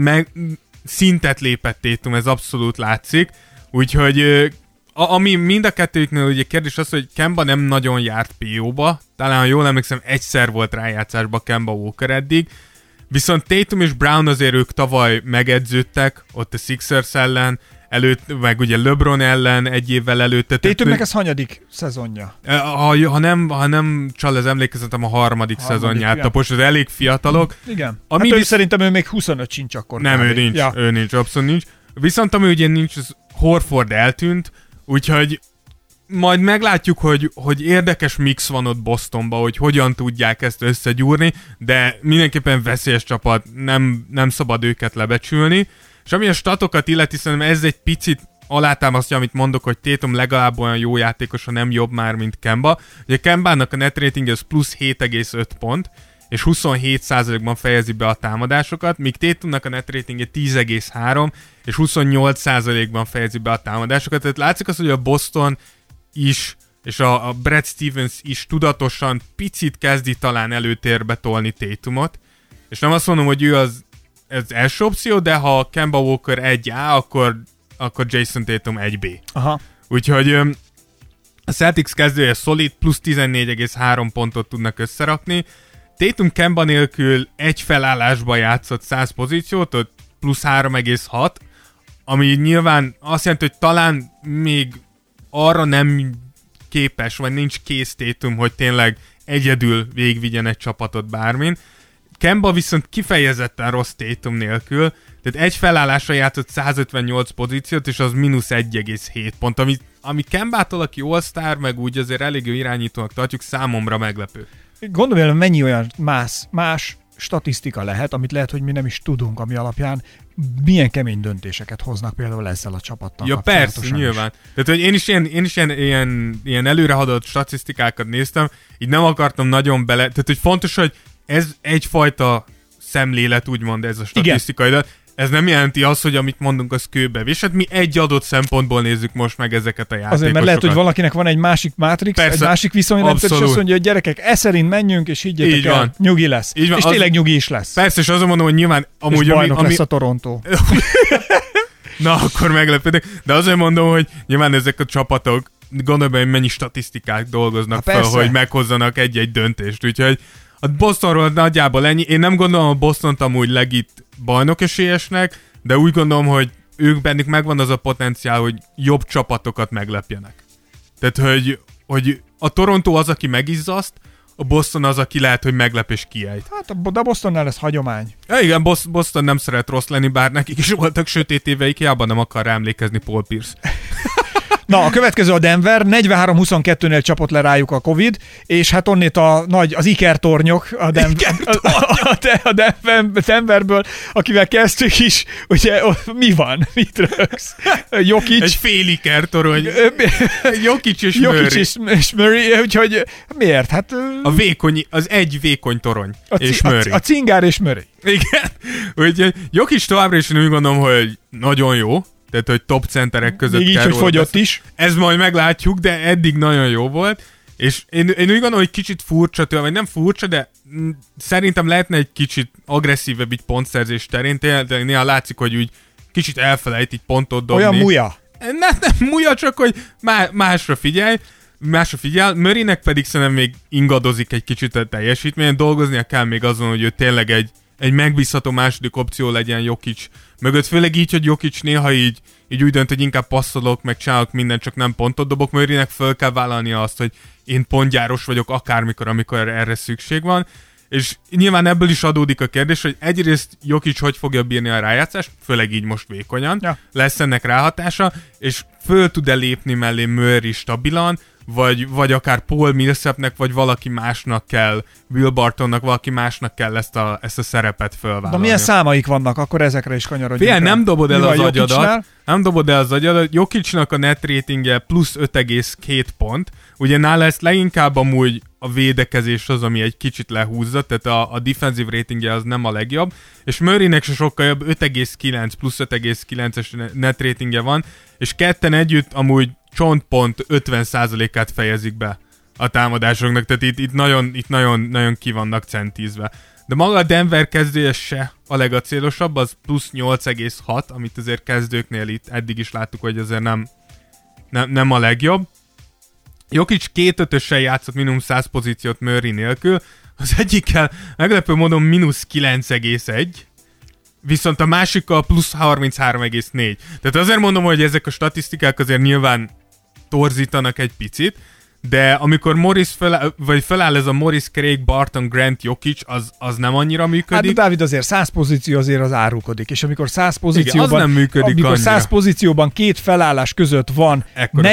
szintet lépett Tatum, ez abszolút látszik. Úgyhogy ami mind a kettőjüknél ugye kérdés az, hogy Kemba nem nagyon járt PO-ba. Talán, ha jól emlékszem, egyszer volt rájátszásba Kemba Walker eddig. Viszont Tatum és Brown azért ők tavaly megedződtek ott a Sixers ellen, meg ugye LeBron ellen egy évvel előtt. Tatumnek ez hanyadik szezonja? Ha nem csal az emlékezetem, a harmadik szezonját tapos, az elég fiatalok. Igen. Hát szerintem ő még 25 sincs akkor. Nem, ő nincs, abszolút nincs. Viszont ami ugye nincs, az Horford eltűnt, úgyhogy majd meglátjuk, hogy érdekes mix van ott Bostonban, hogy hogyan tudják ezt összegyúrni, de mindenképpen veszélyes csapat, nem szabad őket lebecsülni. És ami a statokat illeti, szerintem ez egy picit alátámasztja, amit mondok, hogy Tatum legalább olyan jó játékos, ha nem jobb már, mint Kemba. Ugye Kembának a net rating az plusz 7,5 pont, és 27%-ban fejezi be a támadásokat, míg Tatumnak a net ratingje 10,3, és 28%-ban fejezi be a támadásokat. Tehát látszik az, hogy a Boston is, és a Brad Stevens is tudatosan picit kezdi talán előtérbe tolni Tatumot, és nem azt mondom, hogy ő az első opció, de ha Kemba Walker 1A, akkor Jason Tatum 1B. Aha. Úgyhogy a Celtics kezdője szolid, plusz 14,3 pontot tudnak összerakni. Tatum Kemba nélkül egy felállásba játszott 100 pozíciót, ott plusz 3,6, ami nyilván azt jelenti, hogy talán még arra nem képes, vagy nincs kész Tatum, hogy tényleg egyedül végigvigyen egy csapatot bármin. Kemba viszont kifejezetten rossz Tatum nélkül, tehát egy felállásra játszott 158 pozíciót, és az mínusz 1,7 pont, ami Kembától, aki all-star, meg úgy azért elég jó irányítónak tartjuk, számomra meglepő. Gondolom, hogy mennyi olyan más statisztika lehet, amit lehet, hogy mi nem is tudunk, ami alapján milyen kemény döntéseket hoznak például ezzel a csapattal. Ja persze, nyilván. Tehát, hogy én is ilyen előrehaladott statisztikákat néztem, így nem akartam nagyon bele, tehát, hogy fontos, hogy ez egyfajta szemlélet, úgymond ez a statisztikai, de ez nem jelenti azt, hogy amit mondunk, az kőbe. És hát mi egy adott szempontból nézzük most meg ezeket a játékosokat. Azért, mert lehet, hogy valakinek van egy másik mátrix, egy másik viszonyrendszer, és azt mondja, hogy gyerekek, szerint menjünk, és higgyétek el, nyugi lesz. És tényleg nyugi is lesz. Persze, és azon mondom, hogy nyilván amúgy... És bajnok lesz a Toronto. Na, akkor meglepődök. De azért mondom, hogy nyilván ezek a csapatok, gondolj be, hogy mennyi statisztikák dolgoznak fel, hogy meghozzanak egy-egy döntést. Úgyhogy a Bostonról nagyjából ennyi. Én nem gondolom a Bostont amúgy legit bajnokesélyesnek, de úgy gondolom, hogy ők bennük megvan az a potenciál, hogy jobb csapatokat meglepjenek. Tehát, hogy a Toronto az, aki megizzaszt, a Boston az, aki lehet, hogy meglep és kiejt. Hát a Bostonnál ez hagyomány. Ja, igen, Boston nem szeret rossz lenni, bár nekik is voltak sötét éveik, hiába nem akar emlékezni Paul Pierce. Na, a következő a Denver, 43-22-nél csapott le rájuk a Covid, és hát onnét az ikertornyok a Denverből, akivel kezdtük is, ugye mi van? Mit rögsz? Jokic. Egy fél ikertorony. Jokic és Murray, úgyhogy miért? Hát... Az egy vékony torony. És Murray. A cingár és Murray. Igen. Úgyhogy Jokic továbbra is úgy gondolom, hogy nagyon jó. Tehát, hogy top centerek között még így, hogy fogyott is. Ez majd meglátjuk, de eddig nagyon jó volt. És én úgy gondolom, hogy kicsit furcsa tőle, vagy nem furcsa, de szerintem lehetne egy kicsit agresszívebb így pontszerzés terén, de néha látszik, hogy úgy kicsit elfelejt így pontot dobni. Olyan muja. Nem muja, csak hogy másra figyel. Murraynek pedig szerintem még ingadozik egy kicsit a teljesítményen, dolgoznia kell még azon, hogy ő tényleg egy megbízható második opció legyen Jokic mögött, főleg így, hogy Jokic néha így úgy dönt, hogy inkább passzolok, meg csinálok mindent, csak nem pontot dobok. Murraynek föl kell vállalnia azt, hogy én pontgyáros vagyok akármikor, amikor erre szükség van, és nyilván ebből is adódik a kérdés, hogy egyrészt Jokic hogy fogja bírni a rájátszást, főleg így most vékonyan, lesz ennek ráhatása, és föl tud-e lépni mellé Murray stabilan, vagy akár Paul Millsapnek, vagy valaki másnak kell, Will Bartonnak, valaki másnak kell ezt a szerepet fölvállalni. De milyen számaik vannak, akkor ezekre is kanyarodjunk. Figyelj, nem dobod el az agyadat. Jokicnak a net ratingje plusz 5,2 pont. Ugye nála ezt leginkább amúgy a védekezés az, ami egy kicsit lehúzza, tehát a defensive ratingje az nem a legjobb, és Murraynek se sokkal jobb, 5,9 plusz 5,9-es net ratingje van, és ketten együtt amúgy csontpont 50%-át fejezik be a támadásoknak, tehát itt nagyon ki vannak centízve. De maga a Denver kezdője se a legacélosabb, az plusz 8,6, amit azért kezdőknél itt eddig is láttuk, hogy azért nem a legjobb. Jokic 2-5-össel játszott minimum 100 pozíciót Murray nélkül, az egyikkel meglepő módon mínusz 9,1, viszont a másikkal plusz 33,4. Tehát azért mondom, hogy ezek a statisztikák azért nyilván torzítanak egy picit, de amikor feláll ez a Morris, Craig, Barton, Grant, Jokic, az nem annyira működik. Hát Dávid, azért 100 pozíció azért az árulkodik, és amikor 100 pozícióban, igen, az nem működik 100 pozícióban két felállás között van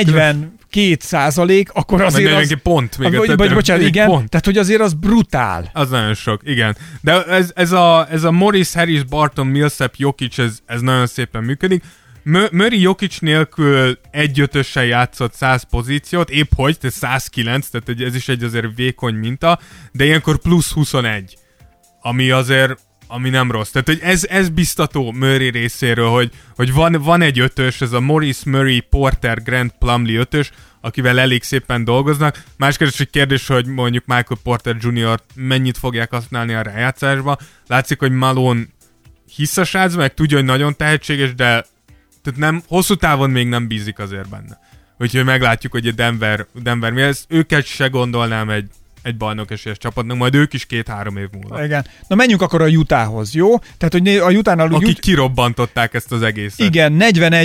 42%, akkor azért az... pont. Bocsánat, igen, pont. Tehát hogy azért az brutál. Az nagyon sok, igen. De ez a Morris, Harris, Barton, Millsap, Jokic, ez nagyon szépen működik. Murray Jokic nélkül 1-5-össel játszott 100 pozíciót, épp hogy, tehát 109, tehát ez is egy azért vékony minta, de ilyenkor plusz 21. ami nem rossz. Tehát, hogy ez biztató Murray részéről, hogy van egy ötös, ez a Maurice Murray Porter Grant Plumlee ötös, akivel elég szépen dolgoznak. Más kérdés, hogy mondjuk Michael Porter Jr. mennyit fogják használni a rájátszásba. Látszik, hogy Malone hisz a srácban, meg tudja, hogy nagyon tehetséges, de tehát nem, hosszú távon még nem bízik azért benne. Úgyhogy meglátjuk, hogy a Denver mi ez. Őket se gondolnám egy bajnokesélyes csapatnak, majd ők is 2-3 év múlva. Igen. Na menjünk akkor a Utahhoz, jó? Tehát, hogy a Utah-nál... Akik kirobbantották ezt az egészet. Igen,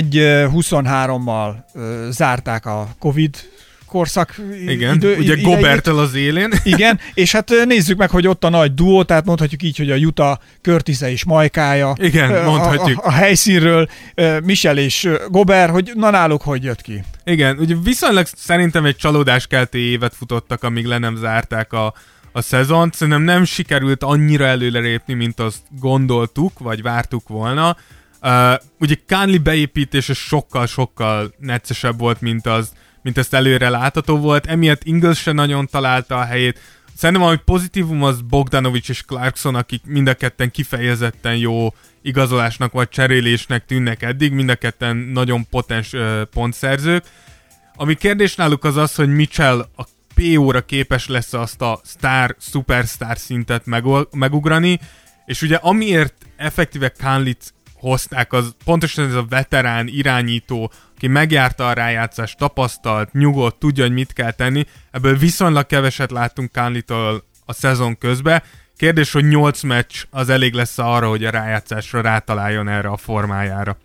41-23-mal zárták a Covid korszak ugye Goberttel az élén. Igen, és hát nézzük meg, hogy ott a nagy duó, tehát mondhatjuk így, hogy a Utah Curtis-e és Majkája. Igen, mondhatjuk. A helyszínről Michel és Gobert, hogy na náluk hogy jött ki. Igen, ugye viszonylag szerintem egy csalódáskeltő évet futottak, amíg le nem zárták a szezont. Szerintem nem sikerült annyira előrelépni, mint azt gondoltuk, vagy vártuk volna. Ugye Conley beépítése sokkal neccesebb volt, mint ezt előre látható volt. Emiatt Ingles se nagyon találta a helyét. Szerintem, ami pozitívum, az Bogdanovic és Clarkson, akik mind a ketten kifejezetten jó igazolásnak vagy cserélésnek tűnnek eddig, mind a ketten nagyon potens pontszerzők. Ami kérdés náluk az, hogy Mitchell a PO-ra képes lesz azt a superstar szintet megugrani, és ugye amiért effektíve Conley-t hozták, az pontosan ez a veterán irányító, aki megjárta a rájátszást, tapasztalt, nyugodt, tudja, hogy mit kell tenni. Ebből viszonylag keveset láttunk Conley-től a szezon közben. Kérdés, hogy 8 meccs az elég lesz arra, hogy a rájátszásra rátaláljon erre a formájára.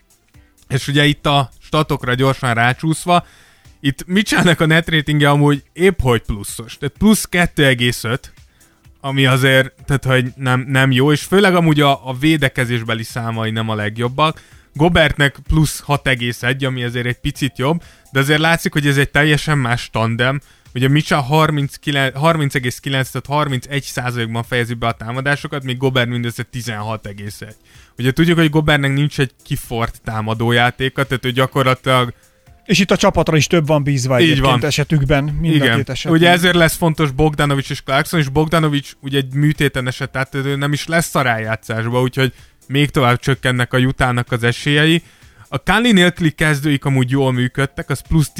És ugye itt a statokra gyorsan rácsúszva, itt Mitchellnek a net ratingje amúgy épp hogy pluszos. Tehát plusz 2,5, ami azért, tehát hogy nem jó, és főleg amúgy a védekezésbeli számai nem a legjobbak. Gobertnek plusz 6,1, ami azért egy picit jobb, de azért látszik, hogy ez egy teljesen más tandem. Ugye Mitchell 30,9, tehát 31%-ban fejezi be a támadásokat, míg Gobert mindössze 16,1. Ugye tudjuk, hogy Gobertnek nincs egy kifort támadójátéka, tehát ő gyakorlatilag... És itt a csapatra is több van bízva egyébként esetükben, mind a két esetben. Ugye ezért lesz fontos Bogdanovic és Clarkson, és Bogdanovic ugye egy műtéten esett, tehát ő nem is lesz a rájátszásba, úgyhogy még tovább csökkennek a Utahnak az esélyei. A Conley nélküli kezdőik amúgy jól működtek, az plusz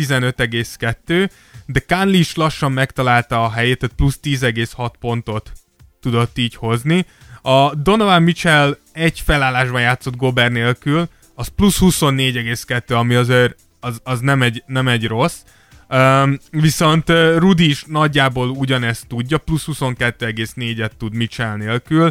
15,2, de Conley is lassan megtalálta a helyét, tehát plusz 10,6 pontot tudott így hozni. A Donovan Mitchell egy felállásban játszott Gobert nélkül, az plusz 24,2, ami azért az nem egy rossz. Viszont Rudy is nagyjából ugyanezt tudja, plusz 22,4-et tud Mitchell nélkül.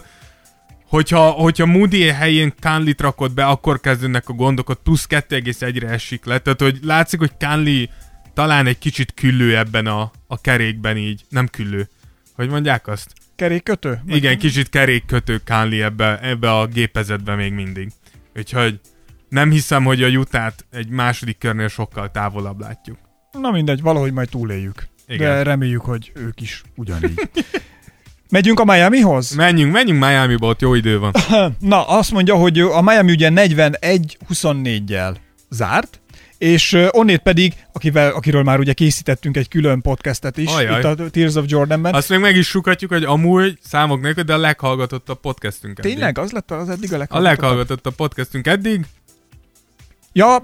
Hogyha Moody helyén Conley-t rakott be, akkor kezdődnek a gondok, ott plusz 2,1-re esik le. Tehát, hogy látszik, hogy Conley talán egy kicsit küllő ebben a kerékben így. Nem küllő. Hogy mondják azt? Kerékkötő? Igen, kicsit kerékkötő Conley ebbe a gépezetben még mindig. Úgyhogy nem hiszem, hogy a Utah-t egy második körnél sokkal távolabb látjuk. Na mindegy, valahogy majd túléljük. Igen. De reméljük, hogy ők is ugyanígy. Megyünk a Miamihoz? Menjünk Miamiba, ott jó idő van. Na, azt mondja, hogy a Miami ugye 41-24-jel zárt, és onnét pedig, akiről már ugye készítettünk egy külön podcastet is, itt a Tears of Jordanben. Azt még meg is sukatjuk, hogy amúgy számok nélkül, de a leghallgatottabb podcastünk eddig. Tényleg? Az lett az eddig a leghallgatottabb? A leghallgatottabb podcastünk eddig. Ja,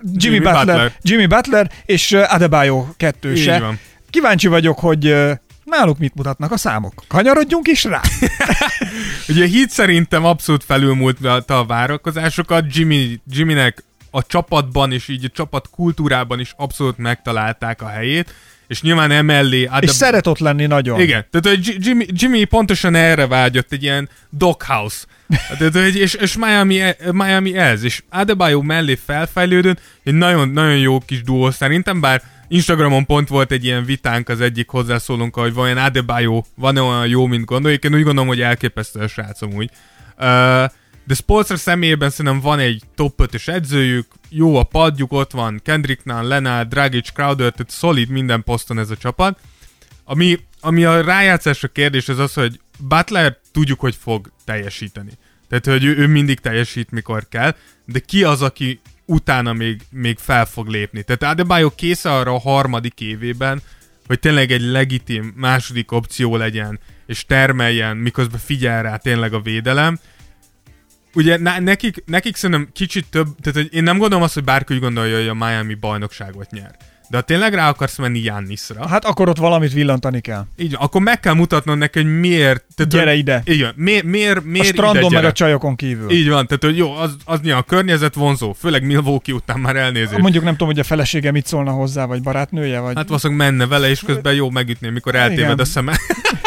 Jimmy Butler és Adebayo kettőse. Így van. Kíváncsi vagyok, hogy náluk mit mutatnak a számok. Kanyarodjunk is rá! Ugye a Heat szerintem abszolút felülmúlta a várakozásokat. Jimmynek a csapatban és így a csapat kultúrában is abszolút megtalálták a helyét, és nyilván emellé... És szeret ott lenni nagyon. Igen, tehát Jimmy pontosan erre vágyott, egy ilyen doghouse. És Miami ez, és Adebayo mellé felfejlődött, egy nagyon-nagyon jó kis duó szerintem, bár Instagramon pont volt egy ilyen vitánk az egyik hozzászólónkkal, hogy vajon Adebayo van-e olyan jó, mint gondoljuk. Én úgy gondolom, hogy elképesztő a srác amúgy. De Spoelstra személyében szerintem van egy top 5-ös edzőjük, jó a padjuk, ott van Kendrick Nunn, Leonard, Dragic, Crowder, tehát szolid minden poszton ez a csapat. Ami a rájátszásra kérdés az, hogy Butler tudjuk, hogy fog teljesíteni. Tehát, hogy ő mindig teljesít, mikor kell, de ki az, aki utána még fel fog lépni. Tehát Adebayo kész arra a harmadik évében, hogy tényleg egy legitim második opció legyen. és termeljen, miközben figyel rá tényleg a védelem. Ugye nekik szerintem kicsit több, tehát én nem gondolom azt, hogy bárki úgy gondolja, hogy a Miami bajnokságot nyer. De ha tényleg rá akarsz menni Giannisra... Hát akkor ott valamit villantani kell. Így van, akkor meg kell mutatnod neki, hogy miért... Tehát, gyere ide. Így van, miért a strandon ide meg a csajokon kívül. Így van, tehát hogy jó, az nyilván a környezet vonzó, főleg Milwaukee után már elnézést. Mondjuk nem tudom, hogy a felesége mit szólna hozzá, vagy barátnője, vagy... Hát valószínűleg menne vele, és közben jó megütni, mikor eltéved a szeme.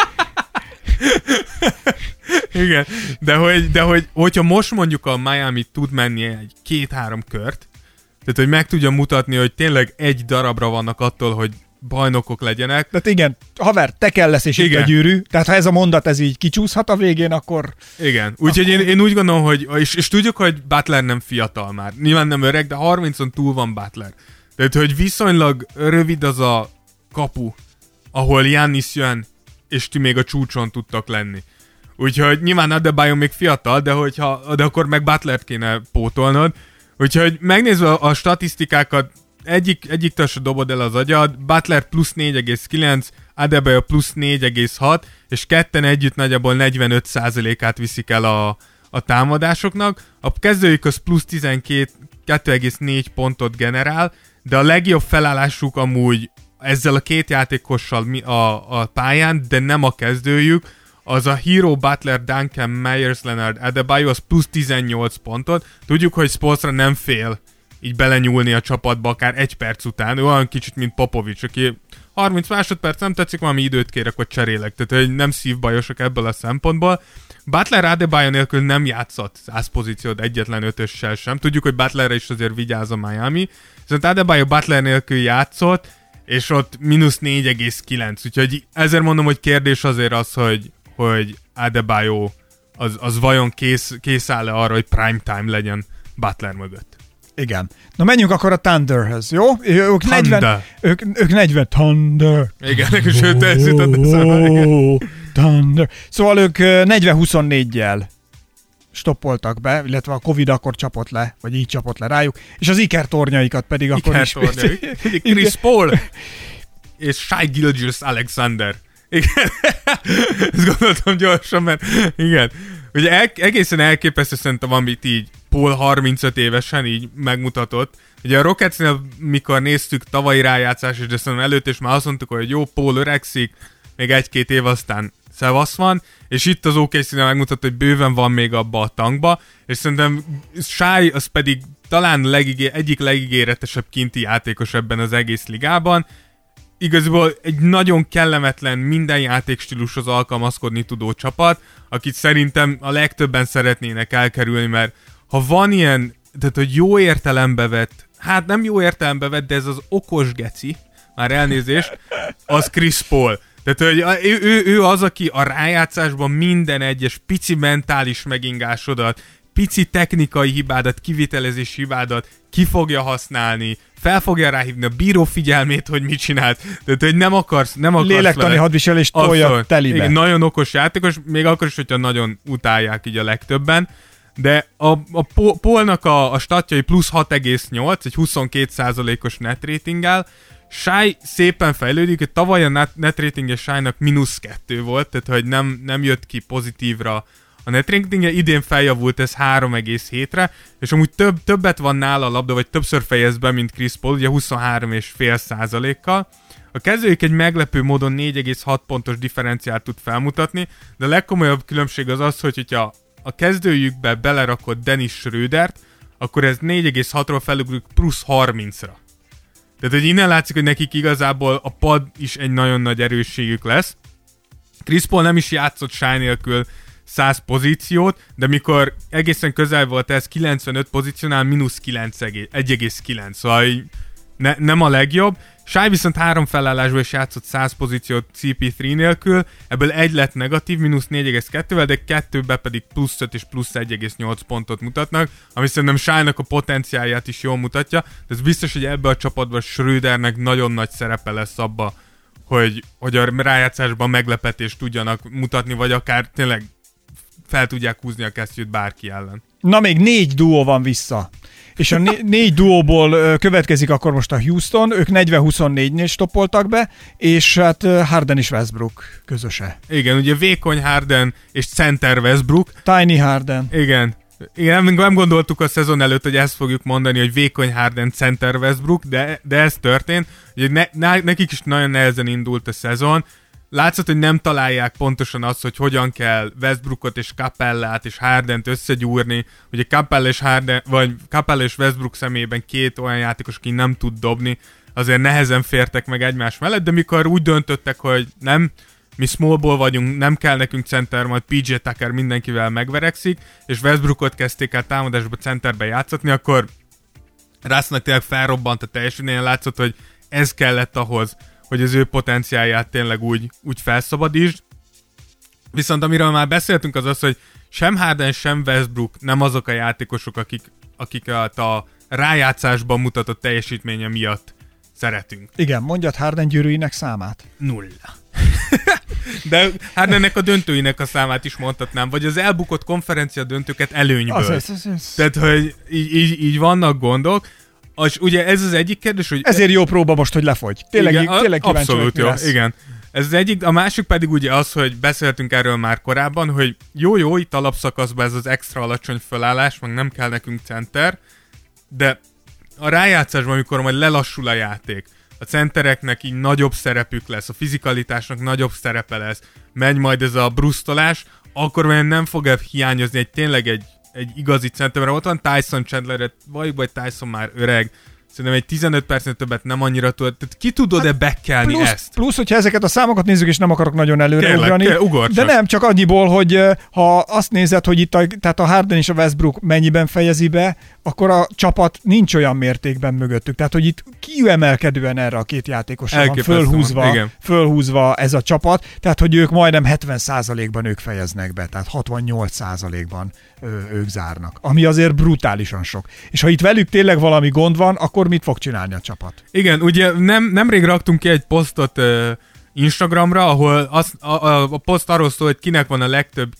Igen, de hogyha most mondjuk a Miami tud menni egy 2-3 kört, tehát hogy meg tudja mutatni, hogy tényleg egy darabra vannak attól, hogy bajnokok legyenek. Tehát igen, haver, te kell lesz, és itt a gyűrű. Tehát ha ez a mondat ez így kicsúszhat a végén, akkor... Igen, úgyhogy én úgy gondolom, hogy és tudjuk, hogy Butler nem fiatal már. Nyilván nem öreg, de 30-on túl van Butler. Tehát, hogy viszonylag rövid az a kapu, ahol Giannis jön, és ti még a csúcson tudtak lenni. Úgyhogy nyilván Adebayo még fiatal, de akkor meg Butlert kéne pótolnod. Úgyhogy megnézve a statisztikákat, egyiktől se dobod el az agyad, Butler plusz 4,9, Adebayo plusz 4,6, és ketten együtt nagyjából 45%-át viszik el a támadásoknak. A kezdőjük az plusz 2,4 pontot generál, de a legjobb felállásuk amúgy ezzel a két játékossal a pályán, de nem a kezdőjük, az a Hero, Butler, Duncan, Myers, Leonard, Adebayo, az plusz 18 pontot. Tudjuk, hogy Spoelstra nem fél így belenyúlni a csapatba akár egy perc után. Ő olyan kicsit, mint Popovics, aki 30 másodperc nem tetszik, valami időt kérek, hogy cserélek. Tehát, hogy nem szívbajosok ebből a szempontból. Butler Adebayo nélkül nem játszott 100 pozíciót egyetlen ötössel sem. Tudjuk, hogy Butlerre is azért vigyáz a Miami. Viszont Adebayo Butler nélkül játszott, és ott mínusz 4,9. Úgyhogy ezért mondom, hogy kérdés azért az, hogy Adebayo az vajon kész áll-e arra, hogy prime time legyen Butler mögött. Igen. Na menjünk akkor a Thunderhez, jó? Ők 40 Thunder. Igen, és őt elszített Thunder. Szóval ők 40-24-jel stoppoltak be, illetve a Covid akkor csapott le, vagy így csapott le rájuk, és az ikertornyaikat pedig akkor is... Chris Paul és Shai Gilgeous-Alexander. Igen. Ezt gondoltam gyorsan, mert igen. Ugye egészen elképesztő szerintem, amit így Paul 35 évesen így megmutatott. Ugye a Rocketsnél, mikor néztük tavalyi rájátszás, és de szerintem előtt, és már azt mondtuk, hogy jó, Paul öregszik, még 1-2 év aztán szevasz van, és itt az OKC-nél megmutatott, hogy bőven van még abba a tankba, és szerintem Shai az pedig talán egyik legígéretesebb kinti játékos ebben az egész ligában. Igazából egy nagyon kellemetlen, minden játékstílushoz alkalmazkodni tudó csapat, akit szerintem a legtöbben szeretnének elkerülni, mert ha van ilyen, tehát hogy jó értelembe vett, hát nem jó értelembe vett, de ez az okos geci, már elnézést, az Chris Paul. Tehát, hogy ő az, aki a rájátszásban minden egyes pici mentális megingásodat, pici technikai hibádat, kivitelezési hibádat ki fogja használni, fel fogja ráhívni a bíró figyelmét, hogy mit csinált. Tehát, hogy nem akarsz lélektani hadviselést tolja telibe. Igen, nagyon okos játékos, még akkor is, hogyha nagyon utálják így a legtöbben. De a Paulnak a statjai plusz 6,8, egy 22%-os net ratinggel. Shai szépen fejlődik, hogy tavaly a net ratingje Shainak -2 volt, tehát hogy nem jött ki pozitívra a net ratingje, idén feljavult ez 3,7-re, és amúgy többet van nála a labda, vagy többször fejez be, mint Chris Paul, ugye 23,5%-kal. A kezdőjük egy meglepő módon 4,6 pontos differenciát tud felmutatni, de a legkomolyabb különbség az az, hogyha a kezdőjükbe belerakott Dennis Schrödert, akkor ez 4,6-ról felugrik plusz 30-ra. Tehát, hogy innen látszik, hogy nekik igazából a pad is egy nagyon nagy erősségük lesz. Chris Paul nem is játszott Shai nélkül 100 pozíciót, de mikor egészen közel volt ez 95 pozíciónál, -1,9, szóval nem a legjobb. Shai viszont 3 felállásban is játszott 100 pozíciót CP3 nélkül, ebből egy lett negatív, -4,2-vel, de 2-be pedig +5 és +1,8 pontot mutatnak, ami szerintem Shainak a potenciálját is jól mutatja, de ez biztos, hogy ebbe a csapatban Schrödernek nagyon nagy szerepe lesz abba, hogy a rájátszásban meglepetést tudjanak mutatni, vagy akár tényleg fel tudják húzni a kesztyűt bárki ellen. Na még 4 duó van vissza. És a 4 duóból következik akkor most a Houston, ők 40-24-nél stoppoltak be, és hát Harden és Westbrook közöse. Igen, ugye vékony Harden és center Westbrook. Tiny Harden. Igen. Igen, nem gondoltuk a szezon előtt, hogy ezt fogjuk mondani, hogy vékony Harden center Westbrook, de ez történt. Ugye nekik is nagyon nehezen indult a szezon. Látszott, hogy nem találják pontosan azt, hogy hogyan kell Westbrookot és Capellát és Hardent összegyúrni. Ugye Capella és Westbrook személyében két olyan játékos, aki nem tud dobni, azért nehezen fértek meg egymás mellett, de mikor úgy döntöttek, hogy nem, mi smallból vagyunk, nem kell nekünk center, majd PJ Tucker mindenkivel megverekszik, és Westbrookot kezdték el támadásba centerbe játszatni, akkor Russnak tényleg felrobbant a teljesítményen, látszott, hogy ez kellett ahhoz, hogy az ő potenciálját tényleg úgy felszabadítsd. Viszont amiről már beszéltünk az, hogy sem Harden, sem Westbrook nem azok a játékosok, akiket a rájátszásban mutatott teljesítménye miatt szeretünk. Igen, mondjad Harden gyűrűinek számát. 0. De Hardennek a döntőinek a számát is mondhatnám, vagy az elbukott konferencia döntőket előnyből. Az. Tehát, hogy így vannak gondok. És ugye ez az egyik kérdés, hogy... Ezért jó próba most, hogy lefogy. Tényleg kíváncsi abszolút jó, igen. Ez az egyik, a másik pedig ugye az, hogy beszéltünk erről már korábban, hogy jó, itt alapszakaszban ez az extra alacsony fölállás, meg nem kell nekünk center, de a rájátszásban, amikor majd lelassul a játék, a centereknek így nagyobb szerepük lesz, a fizikalitásnak nagyobb szerepe lesz, megy majd ez a brusztolás, akkor már nem fog hiányozni tényleg egy igazi center, mert ott van Tyson Chandler, vagy Tyson már öreg, szerintem egy 15 percnél többet nem annyira tud. Tehát ki tudod-e bekkelni ezt? Plusz, hogyha ezeket a számokat nézzük, és nem akarok nagyon előre ugrani. De nem, csak annyiból, hogy ha azt nézed, hogy itt tehát a Harden és a Westbrook mennyiben fejezi be, akkor a csapat nincs olyan mértékben mögöttük. Tehát, hogy itt kiemelkedően erre a két játékosra van fölhúzva ez a csapat. Tehát, hogy ők majdnem 70%-ban ők fejeznek be. Tehát 68%-ban ők zárnak. Ami azért brutálisan sok. És ha itt velük tényleg valami gond van, akkor mit fog csinálni a csapat? Igen, ugye nemrég raktunk ki egy posztot Instagramra, ahol a poszt arról szól, hogy kinek van a legtöbb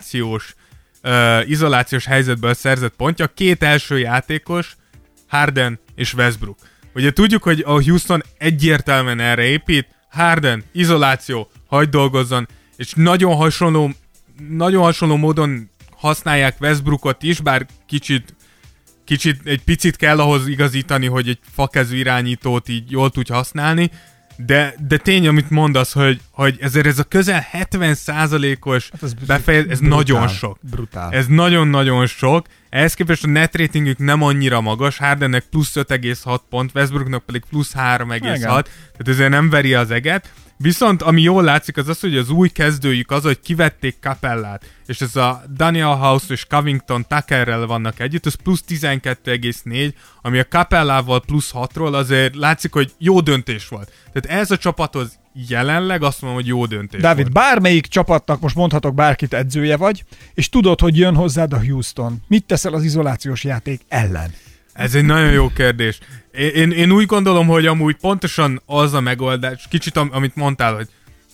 izolációs helyzetből szerzett pontja. Két első játékos, Harden és Westbrook. Ugye tudjuk, hogy a Houston egyértelműen erre épít, Harden, izoláció, hagyd dolgozzon, és nagyon hasonló módon használják Westbrookot is, bár egy picit kell ahhoz igazítani, hogy egy fakezű irányítót így jól tudj használni, de tény, amit mondasz, hogy ezért ez a közel 70%-os befejezés, ez brutál, nagyon sok. Brutál. Ez nagyon-nagyon sok. Ehhez képest a net ratingük nem annyira magas, Hardennek plusz 5,6 pont, Westbrooknak pedig plusz 3,6, tehát ezért nem veri az eget. Viszont ami jól látszik az az, hogy az új kezdőjük az, hogy kivették Capellát, és ez a Daniel House és Covington Tuckerrel vannak együtt, az plusz 12,4, ami a Capellával plusz 6-ról azért látszik, hogy jó döntés volt. Tehát ez a csapathoz jelenleg azt mondom, hogy jó döntés Dávid, volt. Bármelyik csapatnak, most mondhatok bárkit, edzője vagy, és tudod, hogy jön hozzád a Houston. Mit teszel az izolációs játék ellen? Ez egy nagyon jó kérdés. Én úgy gondolom, hogy amúgy pontosan az a megoldás, kicsit amit mondtál, hogy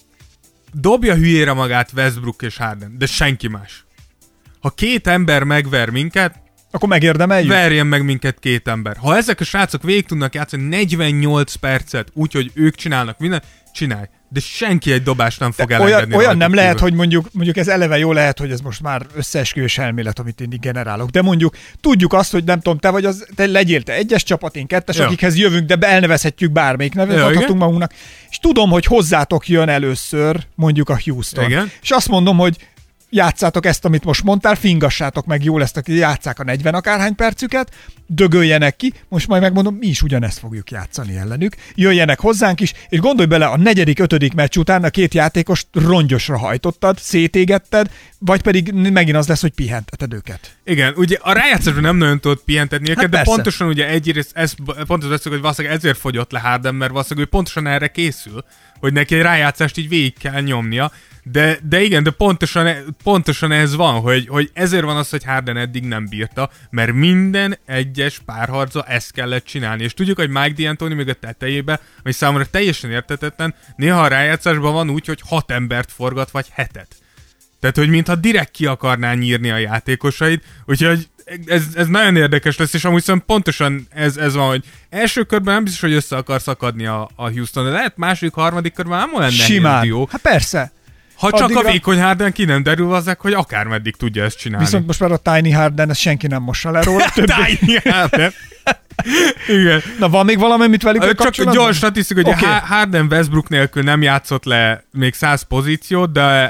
dobja hülyére magát Westbrook és Harden, de senki más. Ha két ember megver minket, akkor megérdemeljük. Verjen meg minket két ember. Ha ezek a srácok végig tudnak játszani 48 percet, úgyhogy ők csinálnak mindent, csinálj. De senki egy dobást nem fog elengedni. Olyan nem lehet, hogy mondjuk ez eleve jó lehet, hogy ez most már összeesküvés elmélet, amit én generálok. De mondjuk tudjuk azt, hogy nem tudom, te legyél te egyes csapat, én kettes, akikhez jövünk, de elnevezhetjük bármelyik nevet, adhatunk magunknak. És tudom, hogy hozzátok jön először mondjuk a Houston. Igen. És azt mondom, hogy játszátok ezt, amit most mondtál, fingassátok meg jól ezt, játsszák a 40 akárhány percüket, dögöljenek ki, most majd megmondom, mi is ugyanezt fogjuk játszani ellenük, jöjjenek hozzánk is, és gondolj bele, a 4.-5. meccs után a két játékost rongyosra hajtottad, szétégetted, vagy pedig megint az lesz, hogy pihenteted őket. Igen, ugye a rájátszásban nem nagyon tudod pihentetni őket, de persze. pontosan ugye egyrészt pontosan veszük, hogy valószínűleg ezért fogyott le Harden, mert valószínűleg ő pontosan erre készül, hogy neki egy rájátszást így végig kell nyomnia. De igen, de pontosan ez van, hogy ezért van az, hogy Harden eddig nem bírta, mert minden egyes párharcra ezt kellett csinálni. És tudjuk, hogy Mike D'Antoni még a tetejébe, ami számomra teljesen érthetetlen, néha a rájátszásban van úgy, hogy 6 embert forgat, vagy 7-et. Tehát, hogy mintha direkt ki akarná nyírni a játékosait, úgyhogy ez nagyon érdekes lesz, és amúgy szerintem pontosan ez van, hogy első körben nem biztos, hogy össze akar szakadni a Houston, de lehet második, harmadik körben nem olyan nehéz Simán. dió. Hát persze. Ha csak Addigra... a vékony Harden ki nem derül hozzák, hogy akármeddig tudja ezt csinálni. Viszont most már a Tiny Harden, ezt senki nem mossa le róla. Tiny Harden. Igen. Na, van még valami, amit velük Csak kapcsolatban? gyors statisztika, hogy Okay. Harden Westbrook nélkül nem játszott le még 100 pozíciót,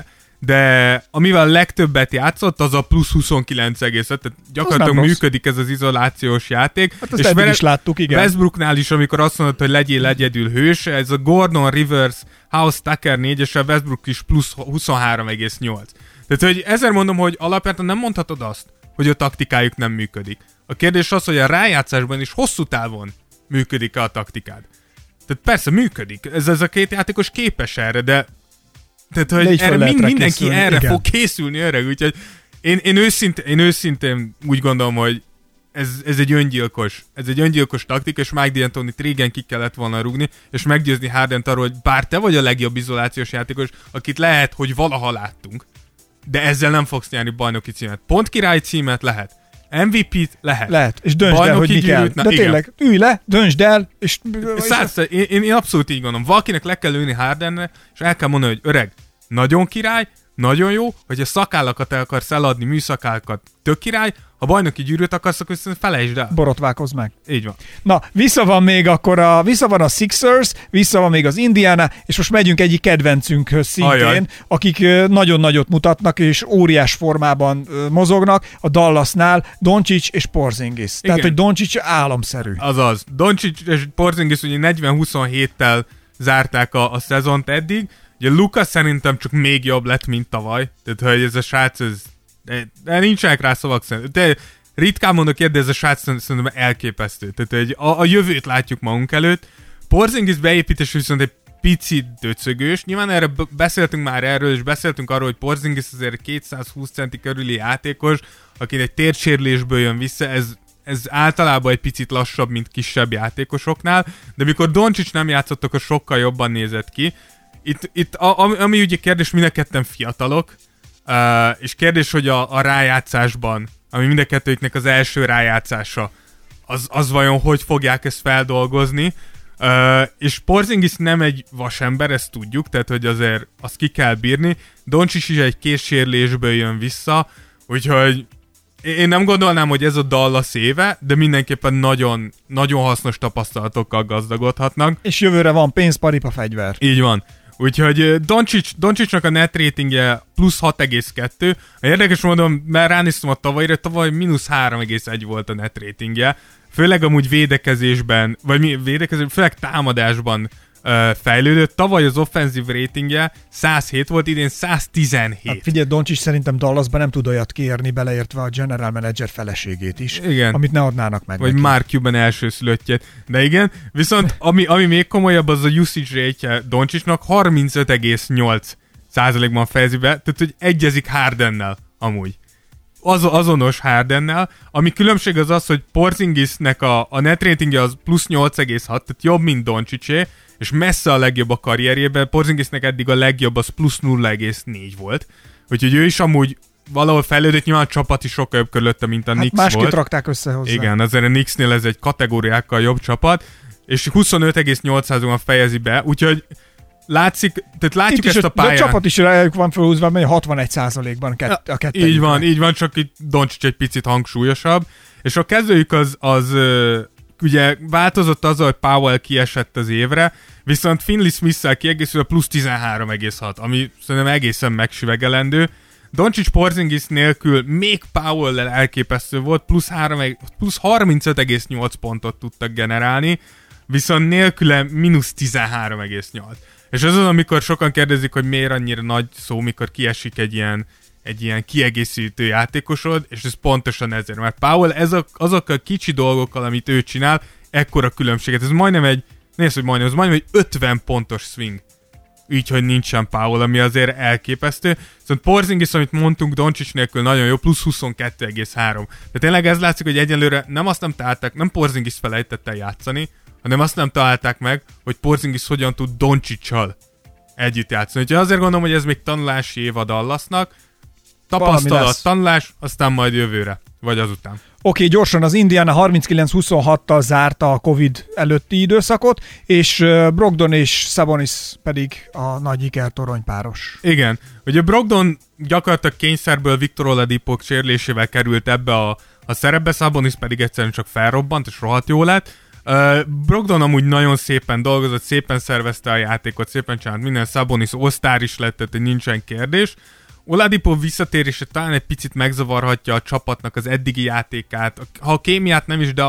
de amivel a legtöbbet játszott, az a plusz 29 egész. Tehát gyakorlatilag működik ez az izolációs játék. Hát ezt eddig is láttuk, igen. Westbrooknál is, amikor azt mondod, hogy legyél egyedül hős, ez a Gordon, Rivers, House, Tucker 4-es, a Westbrook is plusz 23,8. Tehát, hogy ezért mondom, hogy alapvetően nem mondhatod azt, hogy a taktikájuk nem működik. A kérdés az, hogy a rájátszásban is hosszú távon működik-e a taktikád. Tehát persze működik, ez a két játékos képes erre, de tehát, hogy erre mindenki készülni, erre igen. fog készülni öreg, úgyhogy én őszintén úgy gondolom, hogy ez egy öngyilkos taktika, és Mike D'Antonit régen ki kellett volna rúgni, és meggyőzni Hardent arról, hogy bár te vagy a legjobb izolációs játékos, akit lehet, hogy valaha láttunk, de ezzel nem fogsz nyerni bajnoki címet. Pontkirály címet lehet. MVP-t lehet. Lehet, és döntsd el, hogy mi kell. De tényleg, ülj le, döntsd el, és... Én abszolút így gondolom. Valakinek le kell ülni Hardenne, és el kell mondani, hogy öreg, nagyon király, nagyon jó, hogyha szakállakat el akarsz eladni, műszakállakat, tök király, ha bajnoki gyűrűt akarsz, akkor felejtsd el. Borotválkozz meg. Így van. Na, vissza van a Sixers, vissza van még az Indiana, és most megyünk egyik kedvencünkhöz szintén, Ajaj. akik nagyon nagyot mutatnak, és óriás formában mozognak, a Dallasnál Doncic és Porzingis. Igen. Tehát, hogy Doncic álomszerű. Azaz. Doncic és Porzingis ugye 40-27-tel zárták a szezont eddig. Ugye Luka szerintem csak még jobb lett, mint tavaly. Tehát, hogy ez a srác, de nincsenek rá szavak szerintem. De ritkán mondok ilyet, de ez a srác szerintem elképesztő. Tehát a jövőt látjuk magunk előtt. Porzingis beépítés viszont egy picit döcögős. Nyilván erre beszéltünk már erről, és beszéltünk arról, hogy Porzingis azért 220 centi körüli játékos, aki egy térsérülésből jön vissza, ez általában egy picit lassabb, mint kisebb játékosoknál, de mikor Doncic nem játszott, akkor sokkal jobban nézett ki. Itt ami ugye kérdés, mind a ketten fiatalok, és kérdés, hogy a rájátszásban, ami mind a kettőjüknek az első rájátszása, az vajon hogy fogják ezt feldolgozni, és Porzingis nem egy vasember, ezt tudjuk, tehát hogy azért azt ki kell bírni, Doncic is egy késsérlésből jön vissza, úgyhogy én nem gondolnám, hogy ez a Dallas éve, de mindenképpen nagyon, nagyon hasznos tapasztalatokkal gazdagodhatnak. És jövőre van pénz, paripa, fegyver. Így van. Úgyhogy Doncicnak a net ratingje plusz 6,2. Érdekes mondom, mert ránéztem a tavaly mínusz 3,1 volt a net ratingje. Főleg amúgy védekezésben, főleg támadásban fejlődött. Tavaly az offenzív ratingje 107 volt, idén 117. Hát figyelj, Doncic szerintem Dallasban nem tud olyat kérni, beleértve a general manager feleségét is, igen. Amit ne adnának meg vagy neki. Mark Cuban elsőszülöttjét. De igen, viszont ami még komolyabb, az a usage rate-je Doncicnak 35,8%-ban fejezi be, tehát hogy egyezik Hardennel amúgy. Azonos Hardennel, ami különbség az, hogy Porzingisnek a net ratingje az plusz 8,6, tehát jobb, mint Doncicé, és messze a legjobb a karrierjében, Porzingisnek eddig a legjobb az plusz 0,4 volt. Úgyhogy ő is amúgy valahol fejlődött, nyilván a csapat is sokkal jobb körülötte, mint a Knicks volt. Másképp rakták össze hozzá. Igen, azért a Knicksnél ez egy kategóriákkal jobb csapat, és 25,8%-ban fejezi be, úgyhogy látjuk ezt a pályán. De a csapat is rájuk van felhúzva, mert 61%-ban a kettőjük. Így van, csak itt Doncic egy picit hangsúlyosabb. És a kezdőjük az ugye változott azzal, hogy Powell kiesett az évre, viszont Finley Smith-szel kiegészül a plusz 13,6, ami szerintem egészen megsüvegelendő. Doncic Porzingis nélkül még Powell-lel elképesztő volt, plusz 35,8 pontot tudtak generálni, viszont nélküle mínusz 13,8. És az, amikor sokan kérdezik, hogy miért annyira nagy szó, mikor kiesik egy ilyen kiegészítő játékosod, és ez pontosan ezért, mert Powell azokkal kicsi dolgokkal, amit ő csinál, ekkora különbséget. Ez majdnem ez majdnem egy 50 pontos swing. Így, hogy nincsen Powell, ami azért elképesztő. Szóval Porzingis, amit mondtunk, Doncic nélkül nagyon jó, plusz 22,3. Tehát tényleg ez látszik, hogy egyelőre nem Porzingis felejtett el játszani, hanem azt nem találták meg, hogy Porzingis hogyan tud Donciccal együtt játszani. Úgyhogy azért gondolom, hogy ez még tanulási év a Dallasnak. Tapasztalat, tanulás, aztán majd jövőre. vagy azután. Oké, gyorsan az Indiana 39-26-tal zárta a Covid előtti időszakot, és Brogdon és Sabonis pedig a nagy ikertorony páros. Igen. Ugye Brogdon gyakorlatilag kényszerből Victor Oladipo sérülésével került ebbe a szerepbe, Sabonis pedig egyszerűen csak felrobbant, és rohadt jó lett. Brogdon amúgy nagyon szépen dolgozott, szépen szervezte a játékot, szépen csinált minden, Sabonis all-star is lett, tehát nincsen kérdés. Oladipo visszatérése talán egy picit megzavarhatja a csapatnak az eddigi játékát, ha a kémiát nem is, de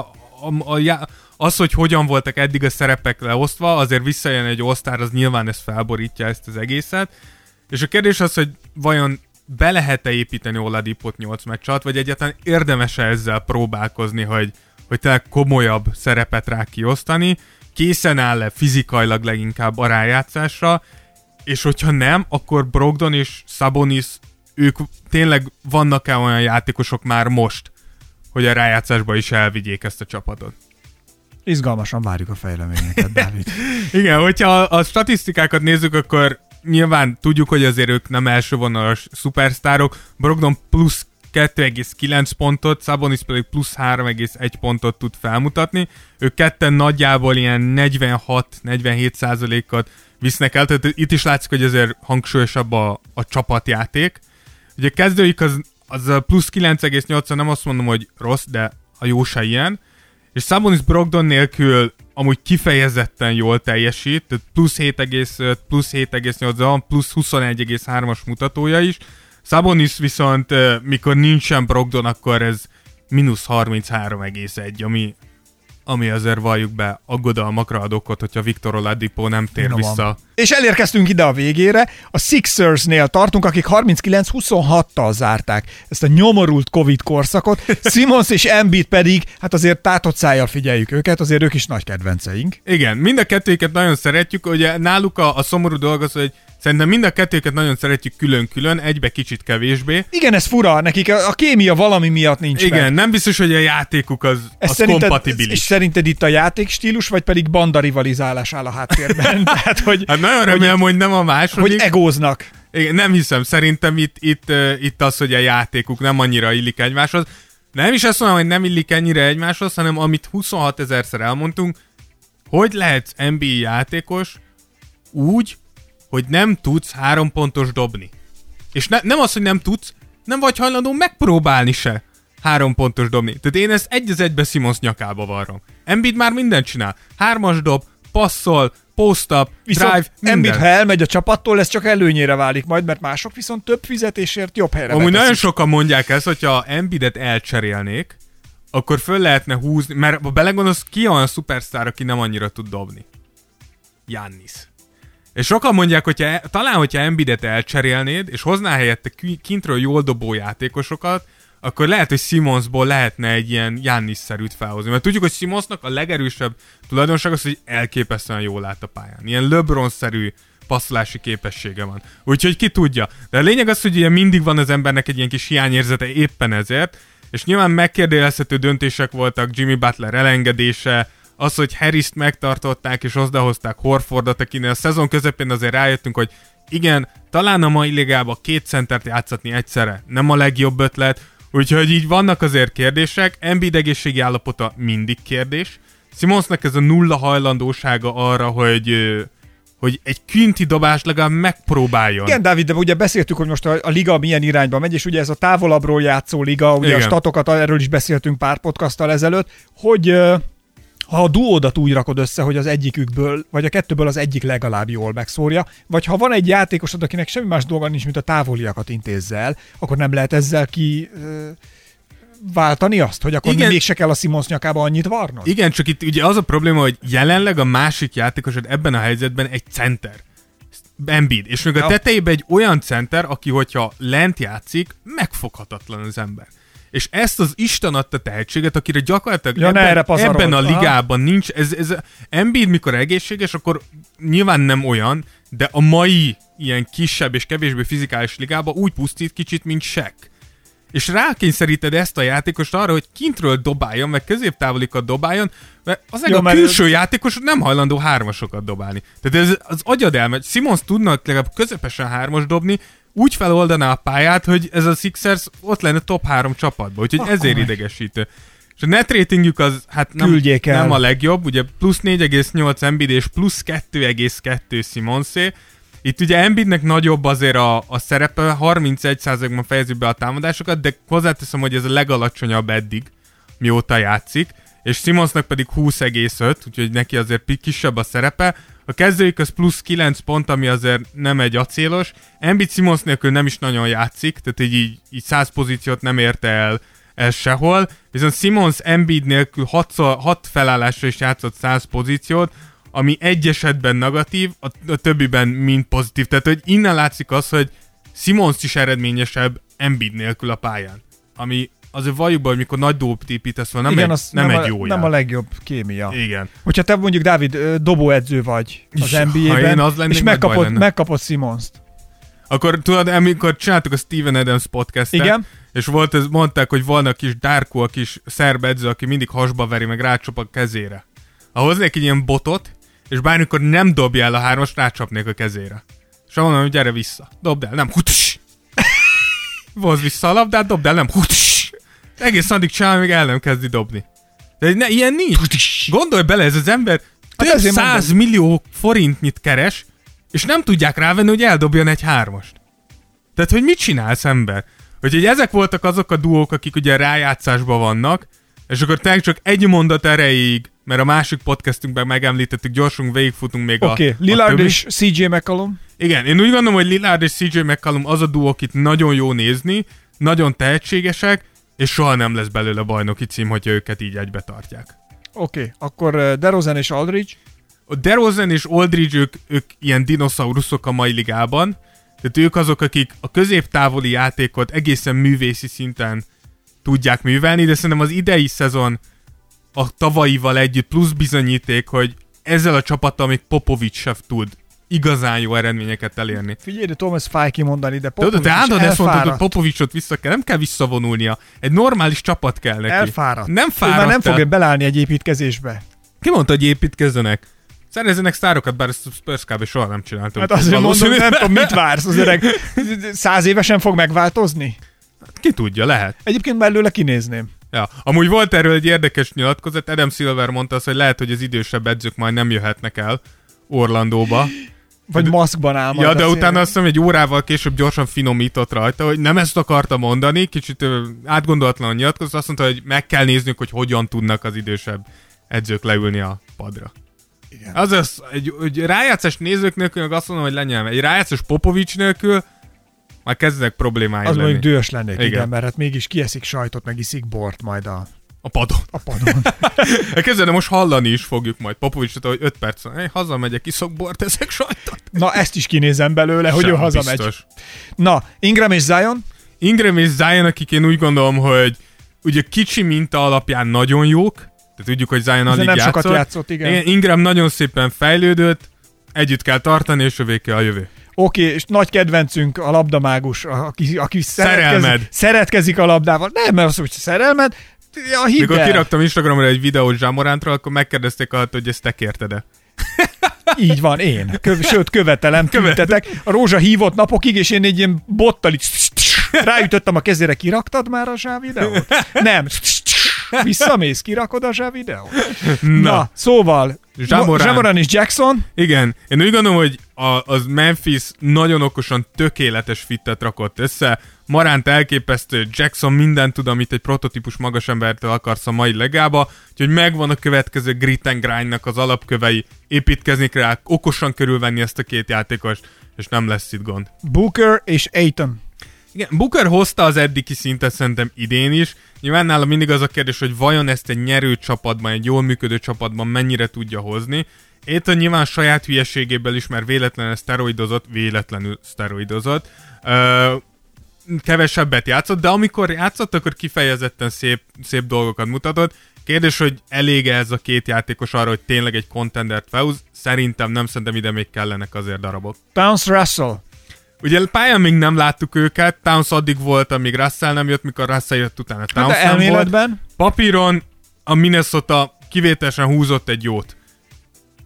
az, hogy hogyan voltak eddig a szerepek leosztva, azért visszajön egy all-star, az nyilván ezt felborítja ezt az egészet. És a kérdés az, hogy vajon be lehet-e építeni Oladipot 8 meccs alatt, vagy egyáltalán érdemes-e ezzel próbálkozni, hogy tényleg komolyabb szerepet rá kiosztani, készen áll-e fizikailag leginkább a rájátszásra, és hogyha nem, akkor Brogdon és Sabonis, ők tényleg vannak-e olyan játékosok már most, hogy a rájátszásba is elvigyék ezt a csapatot? Izgalmasan várjuk a fejleményeket, Dávid. Igen, hogyha a statisztikákat nézzük, akkor nyilván tudjuk, hogy azért ők nem elsővonalas szupersztárok. Brogdon plusz 2,9 pontot, Sabonis pedig plusz 3,1 pontot tud felmutatni. Ők ketten nagyjából ilyen 46-47%-ot visznek el, tehát itt is látszik, hogy azért hangsúlyosabb a csapatjáték. Ugye a kezdőik az plusz 9,8, nem azt mondom, hogy rossz, de a jó se ilyen. És Sabonis Brogdon nélkül amúgy kifejezetten jól teljesít, tehát plusz 7,5, plusz 7,8, van plusz 21,3-as mutatója is. Sabonis viszont, mikor nincsen Brogdon, akkor ez mínusz 33,1, ami azért valljuk be aggodalmakra ad okot, hogyha Victor Oladipo nem tér vissza. És elérkeztünk ide a végére, a Sixersnél tartunk, akik 39-26-tal zárták ezt a nyomorult Covid korszakot, Simmons és Embiid pedig, hát azért tátott szájjal figyeljük őket, azért ők is nagy kedvenceink. Igen, mind a kettőjüket nagyon szeretjük, ugye náluk a szomorú dolog az, hogy szerintem mind a kettőket nagyon szeretjük külön-külön, egybe kicsit kevésbé. Igen, ez fura, nekik a kémia valami miatt nincs Igen, meg. Nem biztos, hogy a játékuk az kompatibilis. És szerinted itt a játékstílus, vagy pedig banda rivalizálás áll a háttérben? Tehát, hát nagyon remélem, hogy nem a második. Hogy egóznak. Igen, nem hiszem, szerintem itt az, hogy a játékuk nem annyira illik egymáshoz. Nem is azt mondom, hogy nem illik ennyire egymáshoz, hanem amit 26 000-szer elmondtunk, hogy lehetsz NBA játékos úgy, hogy nem tudsz 3 pontos dobni. És nem az, hogy nem tudsz, nem vagy hajlandó megpróbálni se 3 pontos dobni. Tehát én ezt egy az egybe Simmons nyakába varrom. Embiid már mindent csinál. 3-as dob, passzol, post-up, drive, minden. Embiid, ha elmegy a csapattól, ez csak előnyére válik majd, mert mások viszont több fizetésért jobb helyre amúgy nagyon sokan mondják ezt, hogyha Embiidet elcserélnék, akkor föl lehetne húzni, mert ha belegondolsz, ki olyan szupersztár, aki nem annyira tud dobni? Giannis. És sokan mondják, hogyha Embiidet elcserélnéd, és hoznál helyette kintről jól dobó játékosokat, akkor lehet, hogy Simmonsból lehetne egy ilyen Giannis-szerűt felhozni. Mert tudjuk, hogy Simmonsnak a legerősebb tulajdonság az, hogy elképesztően jól lát a pályán. Ilyen LeBron-szerű passzolási képessége van. Úgyhogy ki tudja. De a lényeg az, hogy ugye mindig van az embernek egy ilyen kis hiányérzete éppen ezért, és nyilván megkérdőjelezhető döntések voltak, Jimmy Butler elengedése, az, hogy Harrist megtartották és odahozták Horfordot, akinél a szezon közepén azért rájöttünk, hogy igen, talán a mai ligában 2 centert játszatni egyszerre nem a legjobb ötlet, úgyhogy így vannak azért kérdések. Embiid egészségi állapota mindig kérdés. Simmonsnak ez a nulla hajlandósága arra, hogy egy kinti dobás legalább megpróbáljon. Igen, Dávid, de ugye beszéltük, hogy most a liga milyen irányba megy, és ugye ez a távolabbról játszó liga, ugye igen. A statokat, erről is beszéltünk pár podcasttal ezelőtt, hogy ha a duódat úgy rakod össze, hogy az egyikükből, vagy a kettőből az egyik legalább jól megszórja, vagy ha van egy játékosod, akinek semmi más dolga nincs, mint a távoliakat intézze el, akkor nem lehet ezzel váltani azt, hogy akkor mégse kell a Simmons nyakába annyit varnod? Igen, csak itt ugye az a probléma, hogy jelenleg a másik játékosod ebben a helyzetben egy center. Embiid. És még a tetejében egy olyan center, aki hogyha lent játszik, megfoghatatlan az ember. És ezt az Isten adta tehetséget, akire gyakorlatilag ebben a ligában nincs. Ez Embiid, mikor egészséges, akkor nyilván nem olyan, de a mai ilyen kisebb és kevésbé fizikális ligában úgy pusztít kicsit, mint Shaq. És rákényszeríted ezt a játékost arra, hogy kintről dobáljon, meg középtávolikat dobáljon, mert a külső játékos nem hajlandó 3-asokat dobálni. Tehát ez az agyad elmegy. Simmons tudnak legalább közepesen 3-as dobni, úgy feloldaná a pályát, hogy ez a Sixers ott lenne top 3 csapatban, úgyhogy ezért idegesítő. És a net ratingjük az hát nem a legjobb, ugye plusz 4,8 Embiid és plusz 2,2 Simonsé. Itt ugye Embiidnek nagyobb azért a szerepe, 31%-ban fejezi be a támadásokat, de hozzáteszem, hogy ez a legalacsonyabb eddig, mióta játszik, és Simonsnak pedig 20,5, úgyhogy neki azért kisebb a szerepe. A kezdőjük az plusz 9 pont, ami azért nem egy acélos. Embiid Simons nélkül nem is nagyon játszik, tehát így 100 pozíciót nem érte el sehol. Viszont Simons Embiid nélkül 6 felállásra is játszott 100 pozíciót, ami egy esetben negatív, a többiben mind pozitív. Tehát, hogy innen látszik az, hogy Simons is eredményesebb Embiid nélkül a pályán. Ami azért valljuk be, hogy mikor nagy dolgot építesz fel, nem egy jó nem a legjobb kémia. Igen. Hogyha te mondjuk, Dávid, dobóedző vagy az NBA-ben, és megkapod Simonst. Akkor tudod, amikor csináltuk a Steven Adams podcastet, igen? És mondták, hogy van a kis Darko, a kis szerb edző, aki mindig hasba veri, meg rácsap a kezére. Ha hoznék egy ilyen botot, és bármikor nem dobja el a 3-as, rácsapnék a kezére. És mondom, hogy gyere vissza. Dobd el, nem huts. Hozd vissza a labdát, dobd el, nem huts. Egész addig csinál, még el nem kezdi dobni. De ilyen nincs. Gondolj bele, ez az ember több 100 millió forintnyit keres, és nem tudják rávenni, hogy eldobjon egy 3-ast. Tehát, hogy mit csinálsz, ember? Úgyhogy ezek voltak azok a duók, akik ugye rájátszásban vannak, és akkor tényleg csak egy mondat erejéig, mert a másik podcastünkben megemlítettük, gyorsan végigfutunk még Lillard és CJ McCollum. Igen, én úgy gondolom, hogy Lillard és CJ McCollum az a duó, akit nagyon jó nézni, nagyon tehetségesek, és soha nem lesz belőle bajnoki cím, hogyha őket így egybe tartják. Oké, akkor DeRozan és Aldridge. A DeRozan és Aldridge, ők ilyen dinoszauruszok a mai ligában, tehát ők azok, akik a középtávoli játékot egészen művészi szinten tudják művelni, de szerintem az idei szezon a tavalyival együtt plusz bizonyíték, hogy ezzel a csapattal még Popovics sem tud igazán jó eredményeket elérni. Figyelj, de tudom ezt fáj kimondani, de Popovics te állandóan ezt mondtad, hogy elfáradt. Popovicsot nem kell visszavonulnia. Egy normális csapat kell neki. Elfáradt. Nem fáradt. Ő már nem fogja belállni egy építkezésbe. Ki mondta, hogy építkezzenek? Szerezzenek sztárokat, bár ezt a Spurs kb. Soha nem csináltam. Hát azért mondom, nem tudom, mit vársz, az öreg 100 évesen fog megváltozni? Ki tudja, lehet. Egyébként belőle kinézném. Ja. Amúgy volt erről egy érdekes nyilatkozat, Adam Silver mondta azt, hogy lehet, hogy az idősebb edzők majd nem jöhetnek el Orlandóba. Vagy maszkban áll. Ja, de utána azt hiszem, egy órával később gyorsan finomított rajta, hogy nem ezt akarta mondani, kicsit átgondolatlan nyilatkozat, azt mondta, hogy meg kell néznünk, hogy hogyan tudnak az idősebb edzők leülni a padra. Igen. Azaz, egy rájátszás nézők nélkül, meg azt mondom, hogy lenyelem. Egy rájátszás Popovics nélkül már kezdenek problémái lenni. Az mondjuk dühös lennék, igen, mert hát mégis kieszik sajtot, meg iszik bort majd a padon. A padon. Kezdve, most hallani is fogjuk majd Popovicsot, hogy 5 perc, hazamegyek, iszok bort, ezek sajtot. Na, ezt is kinézem belőle, hogy ő hazamegy. Biztos. Na, Ingram és Zion? Ingram és Zion, akik én úgy gondolom, hogy ugye kicsi minta alapján nagyon jók, tehát tudjuk, hogy Zion alig nem játszott. sokat játszott, igen. Ingram nagyon szépen fejlődött, együtt kell tartani, és övéké a jövő. Oké, és nagy kedvencünk a labdamágus, aki szeretkezik a labdával. Nem, mert azt mondja, hogy szerelmed, ja, hidd mikor el. kiraktam Instagramra egy videót Ja Morantra, akkor megkérdezték alatt, hogy ezt te kérted-e. Így van, én. Sőt, követelem, tüntetek. A Rózsa hívott napokig, és én egy ilyen bottal így ráütöttem a kezére, kiraktad már a Zsá videót? Nem. Visszamész, kirakod a Zsá videót? Na, szóval, Ja Morant és Jackson. Igen, én úgy gondolom, hogy az Memphis nagyon okosan tökéletes fittet rakott össze. Morant elképesztő, Jackson mindent tud, amit egy prototípus magasembertől akarsz a mai legába, úgyhogy megvan a következő grit and grindnak az alapkövei, építkezni rá, okosan körülvenni ezt a két játékost, és nem lesz itt gond. Booker és Ayton. Igen, Booker hozta az eddigi szintet szerintem idén is. Nyilván nála mindig az a kérdés, hogy vajon ezt egy nyerő csapatban, egy jól működő csapatban mennyire tudja hozni. Ayton nyilván saját hülyeségéből is, mert véletlenül szteroidozott. Kevesebbet játszott, de amikor játszott, akkor kifejezetten szép dolgokat mutatott. Kérdés, hogy elég ez a két játékos arra, hogy tényleg egy contendert felhúz? Szerintem ide még kellenek azért darabok. Towns Russell. Ugye pályán még nem láttuk őket, Towns addig volt, amíg Russell nem jött, mikor Russell jött utána Towns de elméletben volt. Papíron a Minnesota kivételesen húzott egy jót.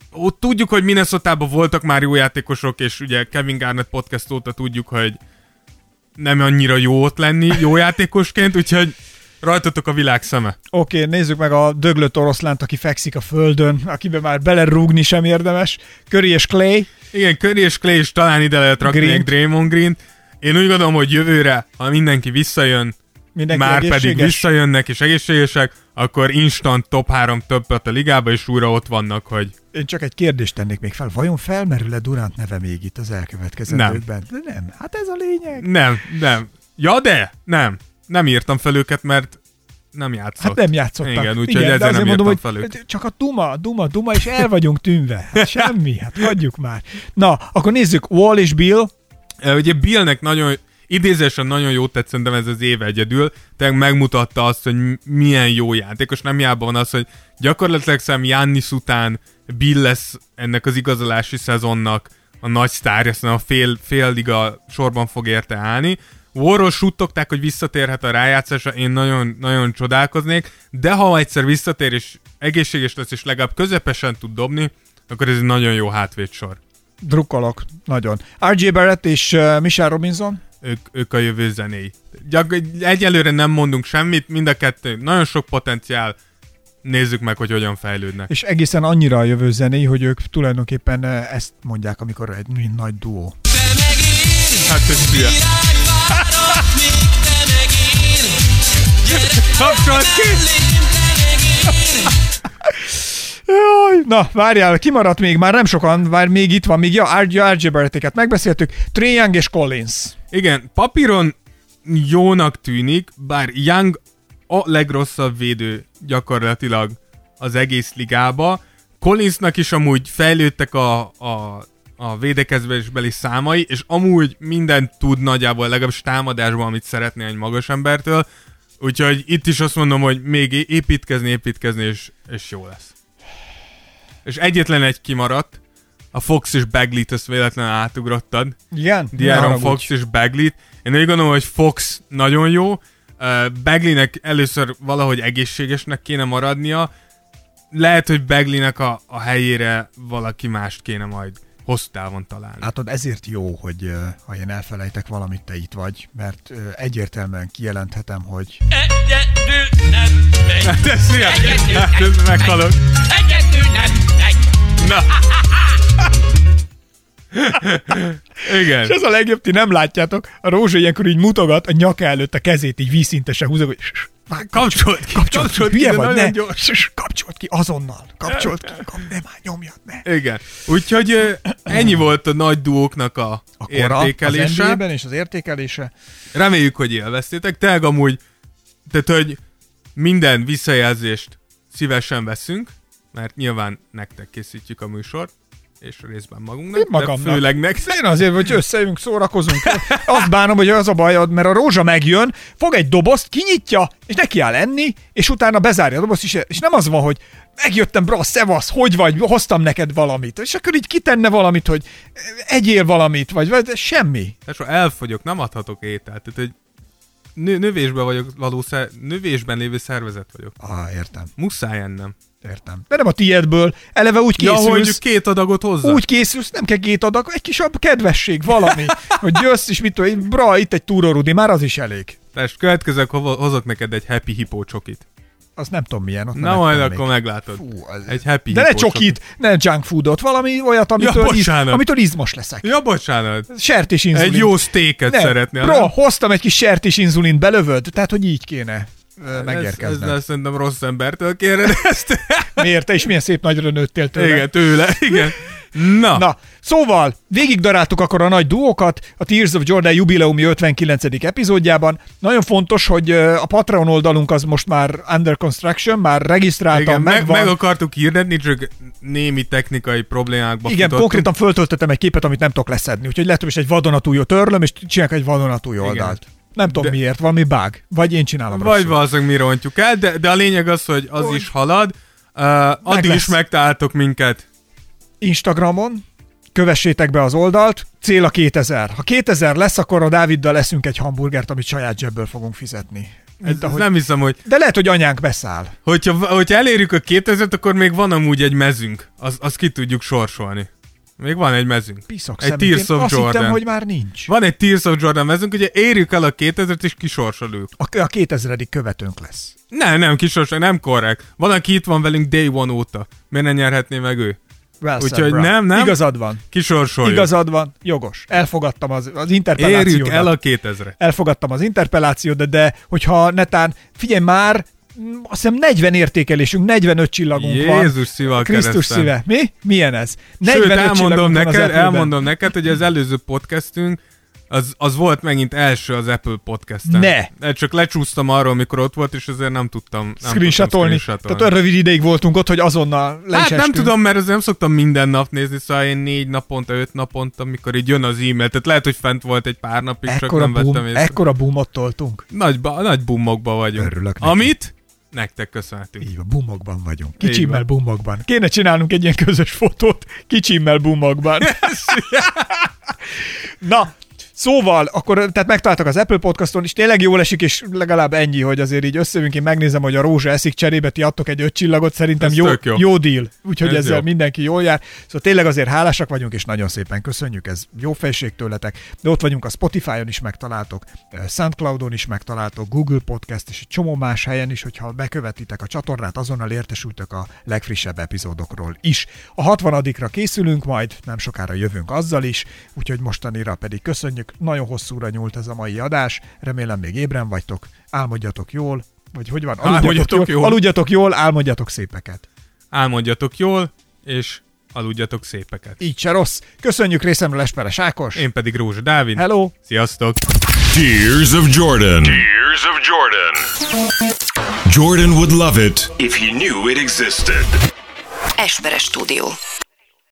ott tudjuk, hogy Minnesotában voltak már jó játékosok, és ugye Kevin Garnett podcast óta tudjuk, hogy nem annyira jó ott lenni jó játékosként, úgyhogy rajtatok a világ szeme. Oké, nézzük meg a döglött oroszlánt, aki fekszik a földön, akiben már belerúgni sem érdemes. Curry és Clay. Igen, Curry és Clay is talán ide lehet rakni még Draymond Green. Én úgy gondolom, hogy jövőre, ha mindenki visszajön, már pedig visszajönnek és egészségesek, akkor instant top 3 többet a ligába, és újra ott vannak, hogy... Én csak egy kérdést tennék még fel. Vajon felmerül-e Durant neve még itt az elkövetkezendőkben? Nem. Hát ez a lényeg. Nem. Ja, de nem. Nem írtam fel őket, mert nem játszott. Hát nem játszottak. Igen, úgyhogy ezzel nem írtam fel őket. Csak a duma, és el vagyunk tűnve. Hát semmi, hát hagyjuk már. Na, akkor nézzük, Wall és Bill. Ugye Billnek idézésen nagyon jót tett szerintem ez az év egyedül, tehát megmutatta azt, hogy milyen jó játékos. Nem hiába van az, hogy gyakorlatilag szerintem Giannis után Bill lesz ennek az igazolási szezonnak a nagy sztárja, szerintem a fél liga sorban fog érte állni. Warról suttogták, hogy visszatérhet a rájátszásra, én nagyon, nagyon csodálkoznék, de ha egyszer visszatér és egészséges lesz, és legalább közepesen tud dobni, akkor ez egy nagyon jó hátvédsor. Drukkolok, nagyon. RJ Barrett és Michelle Robinson? Ők a jövő zenéi. Egyelőre nem mondunk semmit, mind a kettő, nagyon sok potenciál, nézzük meg, hogy hogyan fejlődnek. És egészen annyira a jövő zenéi, hogy ők tulajdonképpen ezt mondják, amikor egy nagy duó. Hát ez hülye. Kapcsolat ki! Na, várjál, kimaradt még, már nem sokan, már még itt van, még RJ Barretteket megbeszéltük, Trae Young és Collins. Igen, papíron jónak tűnik, bár Young a legrosszabb védő gyakorlatilag az egész ligába. Collinsnak is amúgy fejlődtek a védekezésbeli számai, és amúgy mindent tud nagyjából, legalábbis támadásban, amit szeretné egy magas embertől. Úgyhogy itt is azt mondom, hogy még építkezni, és jó lesz. És egyetlen egy kimaradt, a Fox és Bagley-t, ezt véletlenül átugrottad. Igen? De'Aaron Fox és Bagley-t. Én úgy gondolom, hogy Fox nagyon jó, Bagleynek először valahogy egészségesnek kéne maradnia, lehet, hogy Bagleynek a helyére valaki mást kéne majd hosszú távon találni. Látod, ezért jó, hogy ha én elfelejtek valamit, te itt vagy, mert egyértelműen kijelenthetem, hogy... Egyedül nem megy. Hát ez milyen? Hát ez meghalok. Egyedül nem megy. Na. Igen. És ez a legjobb, ti nem látjátok, a Rózsa ilyenkor így mutogat, a nyaka előtt a kezét így vízszintesen húzza, hogy kapcsolt ki, hülye vagy, ne, gyors. kapcsolt ki, azonnal, kapcsolt ki, ne már nyomjad, ne. Igen, úgyhogy ennyi volt a nagy duóknak a értékelése. Az NBA-ben és az értékelése. Reméljük, hogy élveztétek, tényleg amúgy, tehát hogy minden visszajelzést szívesen veszünk, mert nyilván nektek készítjük a műsort, és részben magunknak, de főleg nektek. Én azért, hogy összejövünk, szórakozunk. Azt bánom, hogy az a bajod, mert a Rózsa megjön, fog egy dobozt, kinyitja, és neki áll enni, és utána bezárja a dobozt is, és nem az van, hogy megjöttem, bra, szevasz, hogy vagy, hoztam neked valamit. És akkor így kitenne valamit, hogy egyél valamit, vagy semmi. Tehát elfogyok, nem adhatok ételt. Tehát, hogy növésben vagyok, növésben lévő szervezet vagyok. Értem. Muszáj ennem. Értem. De nem a tiédből. Eleve úgy készülsz. Ja, hogy 2 adagot hozzá. Úgy készülsz, nem kell 2 adag, egy kis kedvesség, valami. Hogy jössz, és mit tudom, bra, itt egy túrorudi, már az is elég. Tehát következők hozok neked egy Happy Hippo csokit. Azt nem tudom milyen. Ott na majd akkor meglátod. Fú, egy Happy de Hippo ne csokit, ne junk foodot, valami olyat, amitől izmos leszek. Ja, bocsánat. Sertésinzulin. Egy jó steaket szeretnél. Bro, hoztam egy kis sertésinzulint, belövöd, tehát hogy így kéne megérkezned. Ez szerintem rossz embertől kéred ezt. Miért? Te is milyen szép nagyra nőttél tőle. Igen, tőle, igen. Na, szóval végigdaráltuk akkor a nagy duókat a Tears of Jordan jubileumi 59. epizódjában. Nagyon fontos, hogy a Patreon oldalunk az most már under construction, már regisztráltan megvan. Meg akartuk hirdetni, csak némi technikai problémákba futottunk. Konkrétan föltöltöttem egy képet, amit nem tudok leszedni, úgyhogy lehet, hogy egy vadonatúj törlöm, és csinálok egy vadonatúj oldalt. Nem tudom miért, valami bug. Vagy én csinálom rosszul. Vagy valószínűleg mi rontjuk el, de a lényeg az, hogy az is halad. Addig is megtaláltok minket Instagramon, kövessétek be az oldalt, cél a 2000. Ha 2000 lesz, akkor a Dáviddal leszünk egy hamburgert, amit saját zsebből fogunk fizetni. Ez nem hiszem, hogy... De lehet, hogy anyánk beszáll. Hogyha elérjük a 2000-et, akkor még van amúgy egy mezünk. Azt ki tudjuk sorsolni. Még van egy mezünk. Piszok egy szemét. Tears of Azt Jordan. hittem, hogy már nincs. Van egy Tears of Jordan mezünk, ugye érjük el a 2000-et és kisorsoljuk. A 2000. követőnk lesz. Nem kisorsoljuk, nem korrekt. Van, aki itt van velünk Day One óta. Miért ne nyerhetné meg ő? Well said, Úgyhogy bro. nem. Igazad van. Kisorsoljuk. Igazad van. Jogos. Elfogadtam az interpellációt. Érjük el a 2000-et. Elfogadtam az interpellációt, de hogyha netán, figyelj már, azt hiszem 40 értékelésünk, 45 csillagunk van. Jézus szíve a Krisztus kereszten. szíve. Mi? Milyen ez? Sőt, elmondom elmondom neked, hogy az előző podcastünk az volt megint első az Apple podcasten. Ne! Csak lecsúsztam arról, mikor ott volt, és azért nem tudtam Screenshotolni. Tehát olyan rövid ideig voltunk ott, hogy azonnal le is nem estünk. tudom, mert azért nem szoktam minden nap nézni, szóval én 4 naponta, 5 naponta, amikor így jön az e-mail. Tehát lehet, hogy fent volt egy pár napig, csak nem vettem észre. Ekkora boomot toltunk. Nagy boomokban vagyunk. Örülök neki. Amit nektek köszönhetünk. Így van, boomokban vagyunk. Kicsimmel boomokban. Kéne csinálnunk egy ilyen közös fotót. Kicsimmel boomokban. Na, szóval, akkor tehát megtaláltak az Apple Podcaston, és tényleg jól esik, és legalább ennyi, hogy azért így összejövünk, én megnézem, hogy a Rózsa eszik cserébe, ti adtok egy 5 csillagot, szerintem jó deal. Úgyhogy ezzel jó. Mindenki jól jár. Szóval tényleg azért hálásak vagyunk, és nagyon szépen köszönjük, ez jó fejség tőletek. De ott vagyunk a Spotify-on is megtaláltok, Soundcloud-on is megtaláltok, Google Podcast, és egy csomó más helyen is, hogyha bekövetitek a csatornát, azonnal értesültök a legfrissebb epizódokról is. A 60-ra készülünk majd, nem sokára jövünk azzal is, úgyhogy mostanira pedig köszönjük. Nagyon hosszúra nyúlt ez a mai adás, remélem még ébren vagytok, álmodjatok jól, vagy hogy van? Aludjatok jól, álmodjatok szépeket. Álmodjatok jól, és aludjatok szépeket. Így se rossz. Köszönjük részemről Esperes Ákos. Én pedig Rózsa Dávid. Hello. Sziasztok. Tears of Jordan. Tears of Jordan. Jordan would love it if he knew it existed. Esperes Stúdió.